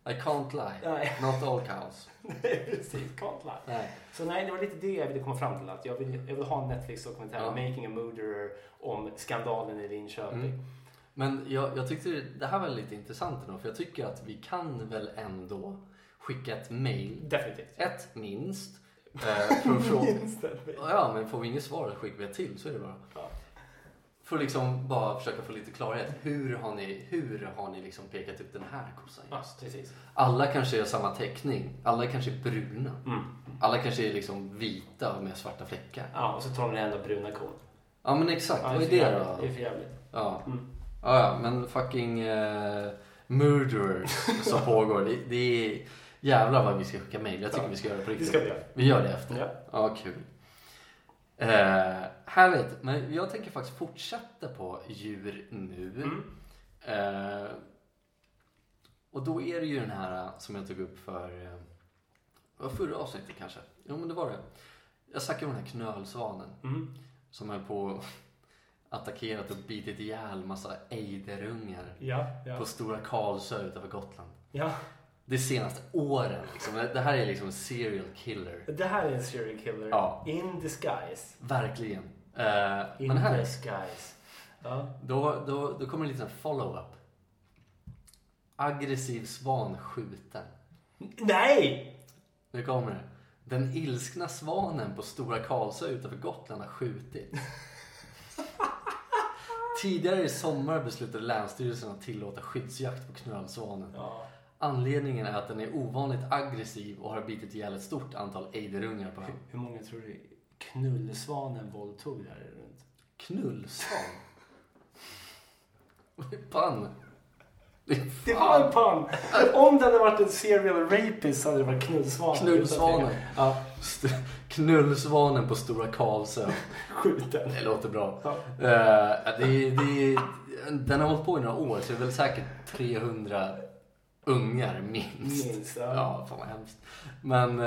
I can't lie. Nej. Not all cows. Nej, precis. Can't lie. Nej. Så nej, det var lite det jag ville komma fram till. Att jag vill ha en Netflix-dokumentär, Making a Murderer, om skandalen i Linköping. Men jag tyckte det här var lite intressant ändå. För jag tycker att vi kan väl ändå skicka ett mail. Definitivt. Ett minst. Minst ett mail. Ja, men får vi inget svar så skickar vi ett till, så är det bara. Ja. För liksom bara försöka få lite klarhet. Hur har ni liksom pekat ut den här kossan just? Ja, precis. Alla kanske är samma teckning. Alla kanske är bruna. Alla kanske är liksom vita med svarta fläckar. Ja, och så tar de den enda bruna kon. Ja, men exakt. Ja, vad är det då? Det är för jävligt. Ja. Ja, men fucking murderer som pågår. Det är jävlar vad vi ska skicka mejl. Jag tycker vi ska göra det på riktigt. Det ska vi göra. Vi gör det efter. Ja. Ja, kul. Härligt. Men jag tänker faktiskt fortsätta på djur nu. Och då är det ju den här som jag tog upp för förra avsnittet kanske. Jo, men det var det. Jag snackade om den här knölsvanen. Som är på attackerat och bitit ihjäl massa ejderungar på Stora Karlsö utanför Gotland. Ja. De senaste åren liksom. Det här är liksom en serial killer. Det här är en serial killer in disguise. Verkligen. In men här disguise. Ja. Då kommer det lite en follow-up. Aggressiv svan skjuten. Nej! Nu kommer det. Den ilskna svanen på Stora Karlsö utanför Gotland har skjutit. Tidigare i sommar beslutade Länsstyrelsen att tillåta skyddsjakt på knölsvanen. Ja. Anledningen är att den är ovanligt aggressiv och har bitit ihjäl ett stort antal ejderungar på ön. Hur många tror du knullsvanen våldtog där runt? Knullsvan? Pann. Det var en pann. Om det hade varit en serial rapist så hade det varit knullsvanen. Knullsvanen. Ja. Knullsvanen på Stora Karlsö. Skjuten. Det låter bra. Ja. Den har hållit på i några år så det är väl säkert 300 ungar minst. Ja, fan vad hemskt. Men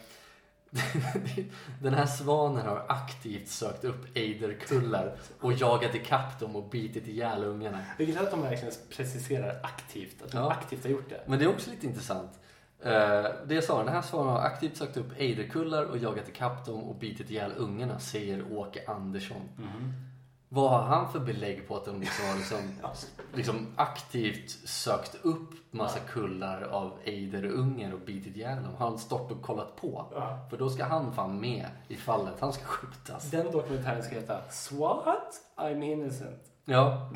den här svanen har aktivt sökt upp ejderkullar och jagat ikapp dem och bitit ihjäl ungarna. Det är att de verkligen preciserar aktivt, att de aktivt har gjort det. Men det är också lite intressant. Det jag sa, den här svanen har aktivt sökt upp ejderkullar och jagat ikapp dem och bitit ihjäl ungarna, säger Åke Andersson. Vad har han för belägg på att de liksom aktivt sökt upp massa kullar av ejderungar och bitit ihjäl dem? Har han stått och kollat på? Ja. För då ska han fan med i fallet. Han ska skjutas. Den dokumentären ska heta SWAT, I'm innocent. Ja.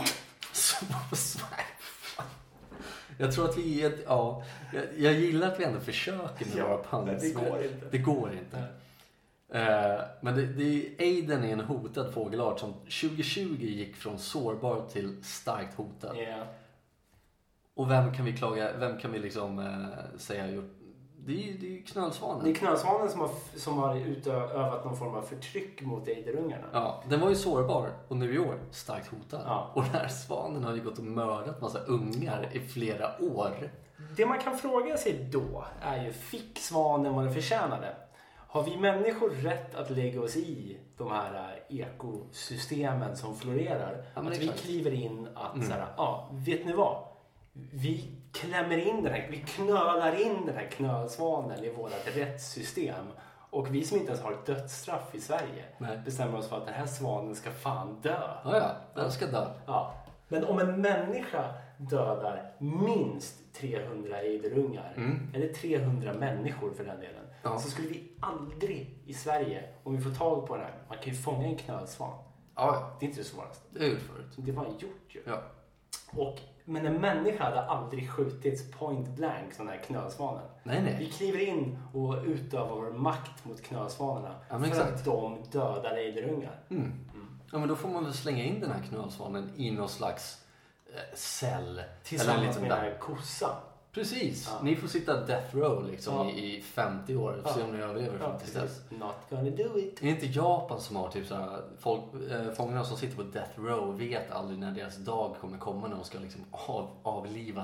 Jag tror att vi är... Ja, jag gillar att vi ändå försöker med våra pants. Det går inte. Men ejdern är en hotad fågelart som 2020 gick från sårbar till starkt hotad. Yeah. Och vem kan vi klaga? Vem kan vi liksom säga gjort? Det är knölsvanen. Det är knölsvanen som har utövat någon form av förtryck mot ejderungarna. Ja, den var ju sårbar och nu i år starkt hotad. Ja. Och den här svanen har ju gått och mördat massa ungar i flera år. Det man kan fråga sig då är ju, fick svanen vad den förtjänade? Har vi människor rätt att lägga oss i de här ekosystemen som florerar? Ja, att vi kliver in att så här, vet ni vad? Vi klämmer in vi knölar in den här knölsvanen i vårt rättssystem. Och vi som inte ens har ett dödsstraff i Sverige bestämmer oss för att den här svanen ska fan dö. Ja, den ska dö. Ja. Men om en människa dödar minst 300 ejderungar, eller 300 människor för den delen, så skulle vi aldrig i Sverige, om vi får tag på den här, man kan ju fånga en knölsvan. Ja. Det är inte det svåraste. Det är gjort förut. Det var gjort ju. Ja. Men en människa hade aldrig skjutits point blank som den här knölsvanen. Nej. Vi kliver in och utövar vår makt mot knölsvanerna för att de dödar ejderungar. Ja, men då får man väl slänga in den här knölsvanen i någon slags cell. Tillsammans med den här kossan. Precis. Ja. Ni får sitta death row liksom i 50 år. Se om ni överlever fram till dess. Not gonna do it. Det är inte Japan som har typ såhär, fångarna som sitter på death row vet aldrig när deras dag kommer komma när de ska liksom avlivas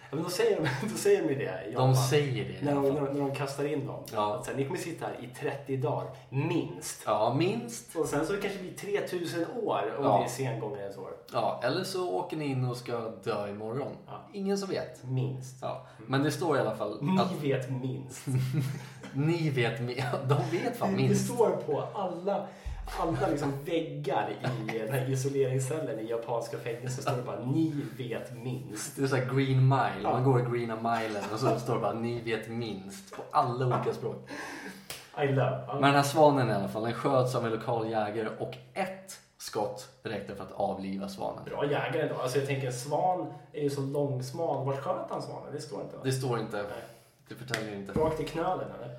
men då säger de det i Japan. De säger det. När de kastar in dem. Ja. Att så här, ni kommer sitta här i 30 dagar, minst. Ja, minst. Och sen så kanske det blir 3000 år om det är sengångarens år. Ja, eller så åker ni in och ska dö imorgon. Ja. Ingen som vet. Minst. Ja. Men det står i alla fall... Ni vet minst. Ni vet de vet fan minst. Det står på alla liksom väggar i den här isoleringscellen i japanska fängelser, står det bara ni vet minst. Det är så här Green Mile, man går i Green Milen och så står det bara ni vet minst på alla olika språk. I love. Men den här svanen i alla fall, den sköts av en lokal jägare och ett skott räckte för att avliva svanen. Bra jägare då. Alltså jag tänker, en svan är ju så långsmal. Vart sköt han svanen? Det står inte, va? Det står inte. Nej. Det förtäljer inte. Rakt i knölen, eller?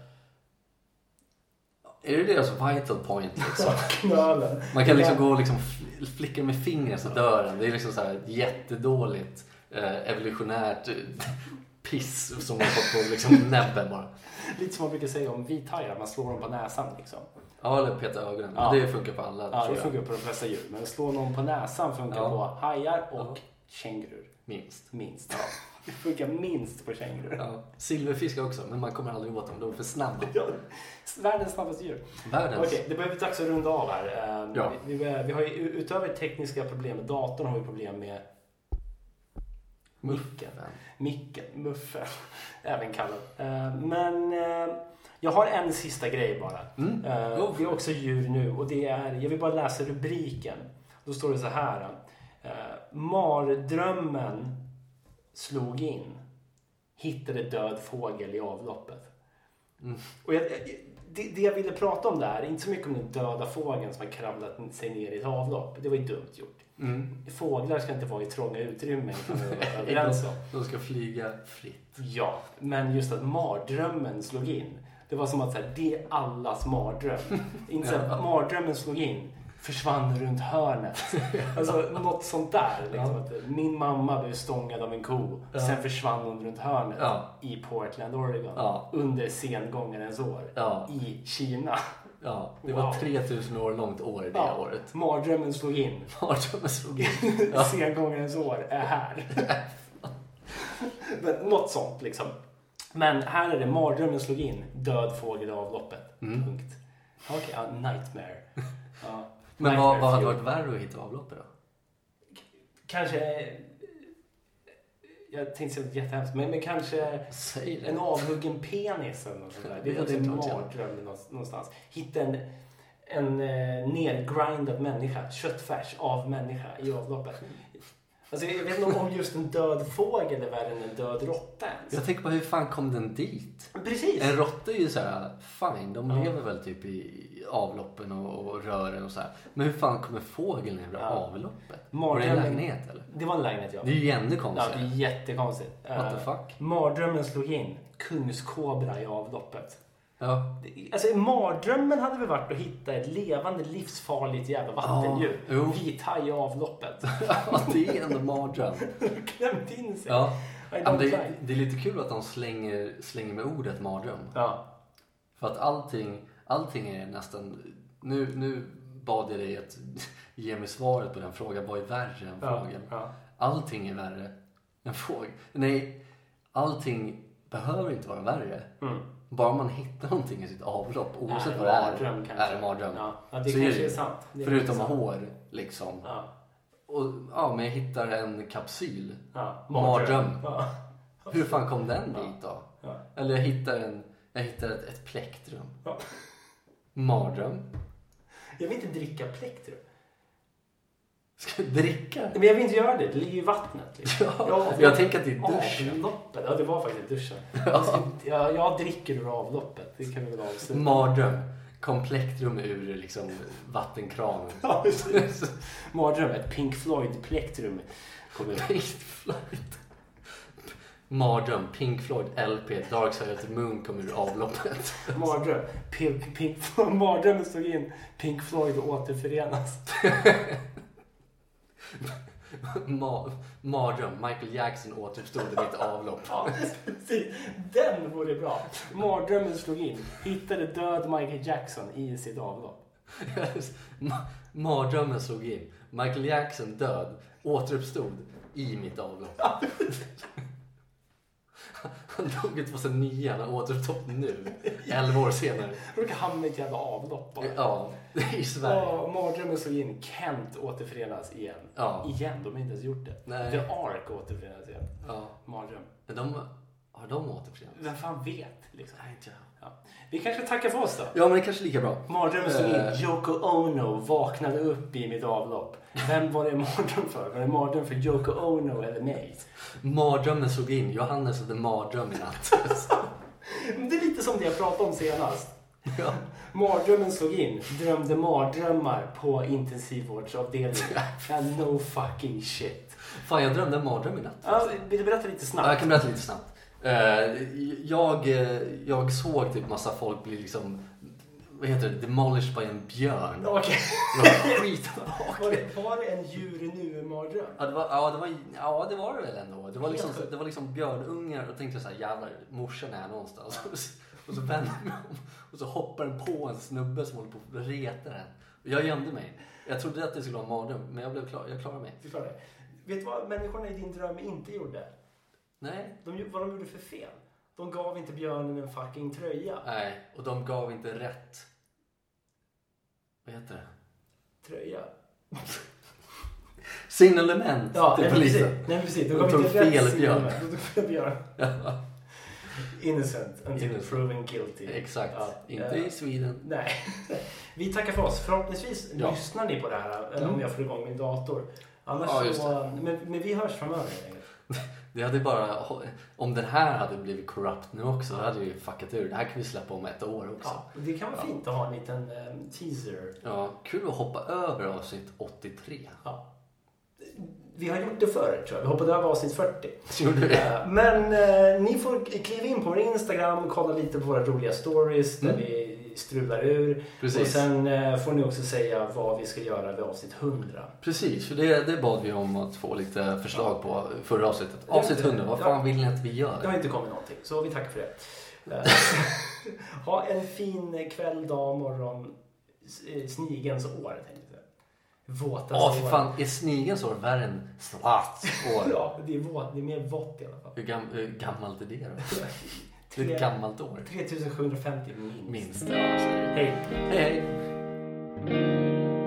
Är det deras vital point liksom? Knölen. Man kan liksom gå och liksom flicka med fingret så dör den. Det är liksom så här jättedåligt evolutionärt piss som man fått på liksom näbben bara. Lite som man brukar säga om vithajar, man slår dem på näsan liksom. Ja, eller peta ögonen. Ja. Det funkar på alla. Ja, det funkar på de flesta djur. Men slå någon på näsan funkar på hajar och kängurur. Minst. Ja. Det funkar minst på kängurur. Ja. Silverfiskar också, men man kommer aldrig åt dem. De är för snabba. Ja, världens snabbaste djur. Okej, det börjar bli dags att runda av här. Ja. Vi har ju utöver tekniska problem med datorn har vi problem med micken, muffen, även kallad. Men jag har en sista grej bara. Det är också djur nu och det är, jag vill bara läsa rubriken. Då står det så här: mardrömmen slog in, hittade död fågel i avloppet. Och det jag ville prata om där är inte så mycket om den döda fågeln som har kravlat sig ner i ett avlopp. Det var ju dumt gjort. Fåglar ska inte vara i trånga utrymmen, kan vi vara överens om. De ska flyga fritt. Ja, men just att mardrömmen slog in. Det var som att så här, det är allas mardröm. Inte så här, mardrömmen slog in, försvann runt hörnet. Alltså något sånt där. Liksom, att min mamma blev stångad av en ko. Sen försvann hon runt hörnet i Portland, Oregon. Under sengångarens år. I Kina. Ja, det var 3000 år långt år det året. Mardrömmen slog in. Sengångarens år är här. Men något sånt liksom. Men här är det, mardrömmen slog in, död fågel i avloppet. Punkt. Okej, nightmare. Ja. Men vad hade varit värre att hitta avloppet då? Kanske, jag tänkte säga något jättehemskt, men kanske en avhuggen penis eller något sånt där. Det är en mardröm någonstans. Hitta en nedgrindad människa, köttfärs av människa i avloppet. Alltså jag vet inte om just en död fågel är värre än en död råtta ens. Jag tänker på hur fan kom den dit? Precis. En råtta är ju så här, fine, de lever väl typ i avloppen och rören och så här. Men hur fan kommer fågeln över avloppet? Var det en lägenhet eller? Det var en lägenhet, ja. Det är ju ännu konstigt. Ja, det är jättekonstigt. What the fuck? Mardrömmen slog in, kungskobra i avloppet. Ja. Alltså mardrömmen hade väl varit att hitta ett levande livsfarligt jävla vattendjur. Vithaj i avloppet. Ja, det är ändå mardröm. Klämt in sig. Ja. Ja, det är lite kul att de slänger med ordet mardröm. Ja. För att allting är nästan... Nu bad jag dig att ge mig svaret på den frågan. Vad är värre än fågeln? Ja. Allting är värre än fågeln. Nej, allting behöver inte vara värre. Bara man hittar någonting i sitt avlopp, oavsett vad det är en mardröm. Ja, det kanske är sant. Förutom hår, liksom. Ja. Och men jag hittar en kapsyl. Ja, mardröm. Ja. Hur fan kom den dit då? Ja. Eller jag hittar ett plektrum. Ja. Mardröm. Jag vill inte dricka plektrum. Ska du dricka? Men jag vill inte göra det. Det ligger i vattnet. Liksom. Jag tänker att det är duschen. Avloppet. Ja, det var faktiskt duschen. Jag dricker ur avloppet. Det kan vi väl avsluta. Mardröm. Kom plektrum ur liksom vattenkranen. Ja, precis. Mardröm. Ett Pink Floyd plektrum. Pink Floyd. Mardröm. Pink Floyd LP. Dark Side of the Moon kommer ur avloppet. Mardröm. Mardrömmen stod in. Pink Floyd återförenas. Mardröm. Michael Jackson återuppstod i mitt avlopp. Ja, precis. Den vore bra. Mardrömmen slog in. Hittade död Michael Jackson i sitt avlopp. Mardrömmen slog in. Michael Jackson död återuppstod i mitt avlopp. Han dog i 2009, han återtopp nu. 11 år senare. Råkar hamna i ett jävla avlopp bara. Ja, det är i Sverige. Ja, mardrömmen såg in. Kent återförenas igen. Ja. Igen, de har inte ens gjort det. Nej. The Ark återförenas igen. Ja. Mardröm. Men har de återförenats? Vem fan vet liksom. Nej, inte jag. Ja. Vi kanske tackar för oss då. Ja, men det kanske är lika bra. Mardrömmen såg in. Yoko Ono vaknade upp i mitt avlopp. Vem var det mardröm för? Var det mardröm för Yoko Ono eller mig? Mardrömmen såg in. Johannes hade mardröm i natt. Det är lite som det jag pratade om senast. Ja. Mardrömmen slog in. Drömde mardrömmar på intensivvårdsavdelningen. No fucking shit. Fan, jag drömde en mardröm i natt. Ja, vill du berätta lite snabbt? Ja, jag kan berätta lite snabbt. Jag såg typ massa folk bli liksom, vad heter det, demolished by en björn. Okej. Skitbak. Var det en djur nu mardröm? Ja, det var det väl ändå. Det var liksom björnungar och tänkte så här, jävlar, morsan är någonstans. Och så vände jag mig om och så hoppar den på en snubbe som håller på att reta den. Jag gömde mig. Jag trodde att det skulle vara en mardröm, men jag klarade mig. Du klarade det. Vet du vad människorna i din dröm inte gjorde? Nej. Vad de gjorde för fel? De gav inte björnen en fucking tröja. Nej, och de gav inte rätt. Vad heter det? Tröja. Signalement till polisen. Nej, precis. De tog fel björn. De tog fel björn. Innocent until proven guilty. Exakt. Ja. Inte i Sweden. Nej. Vi tackar för oss. Förhoppningsvis lyssnar ni på det här om jag får igång min dator. Annars så, men vi hörs framöver. Det hade bara, om den här hade blivit corrupt nu också, då hade vi fuckat ur. Det här kan vi släppa om 1 år också. Ja, det kan vara fint att ha en liten teaser. Ja, kul att hoppa över avsnitt 83. Ja. Vi har gjort det förr, tror jag. Vi hoppade över avsnitt 40. Gjorde det? Men ni får kliva in på vår Instagram och kolla lite på våra roliga stories där vi strular ur. Precis. Och sen får ni också säga vad vi ska göra vid avsnitt 100. Precis, för det bad vi om att få lite förslag på förra avsnittet. Avsnitt 100, vad fan vill ni att vi gör? Det har inte kommit någonting, så vi tackar för det. Ha en fin kväll, dag, morgon. Snigens år, tänkte jag. Våta för fan, är snigens år värre än svart år? Ja, det är mer vått i alla fall. Hur gammalt är det då? Det är ett gammalt år. 3750 minst. Ja, hej. Hej.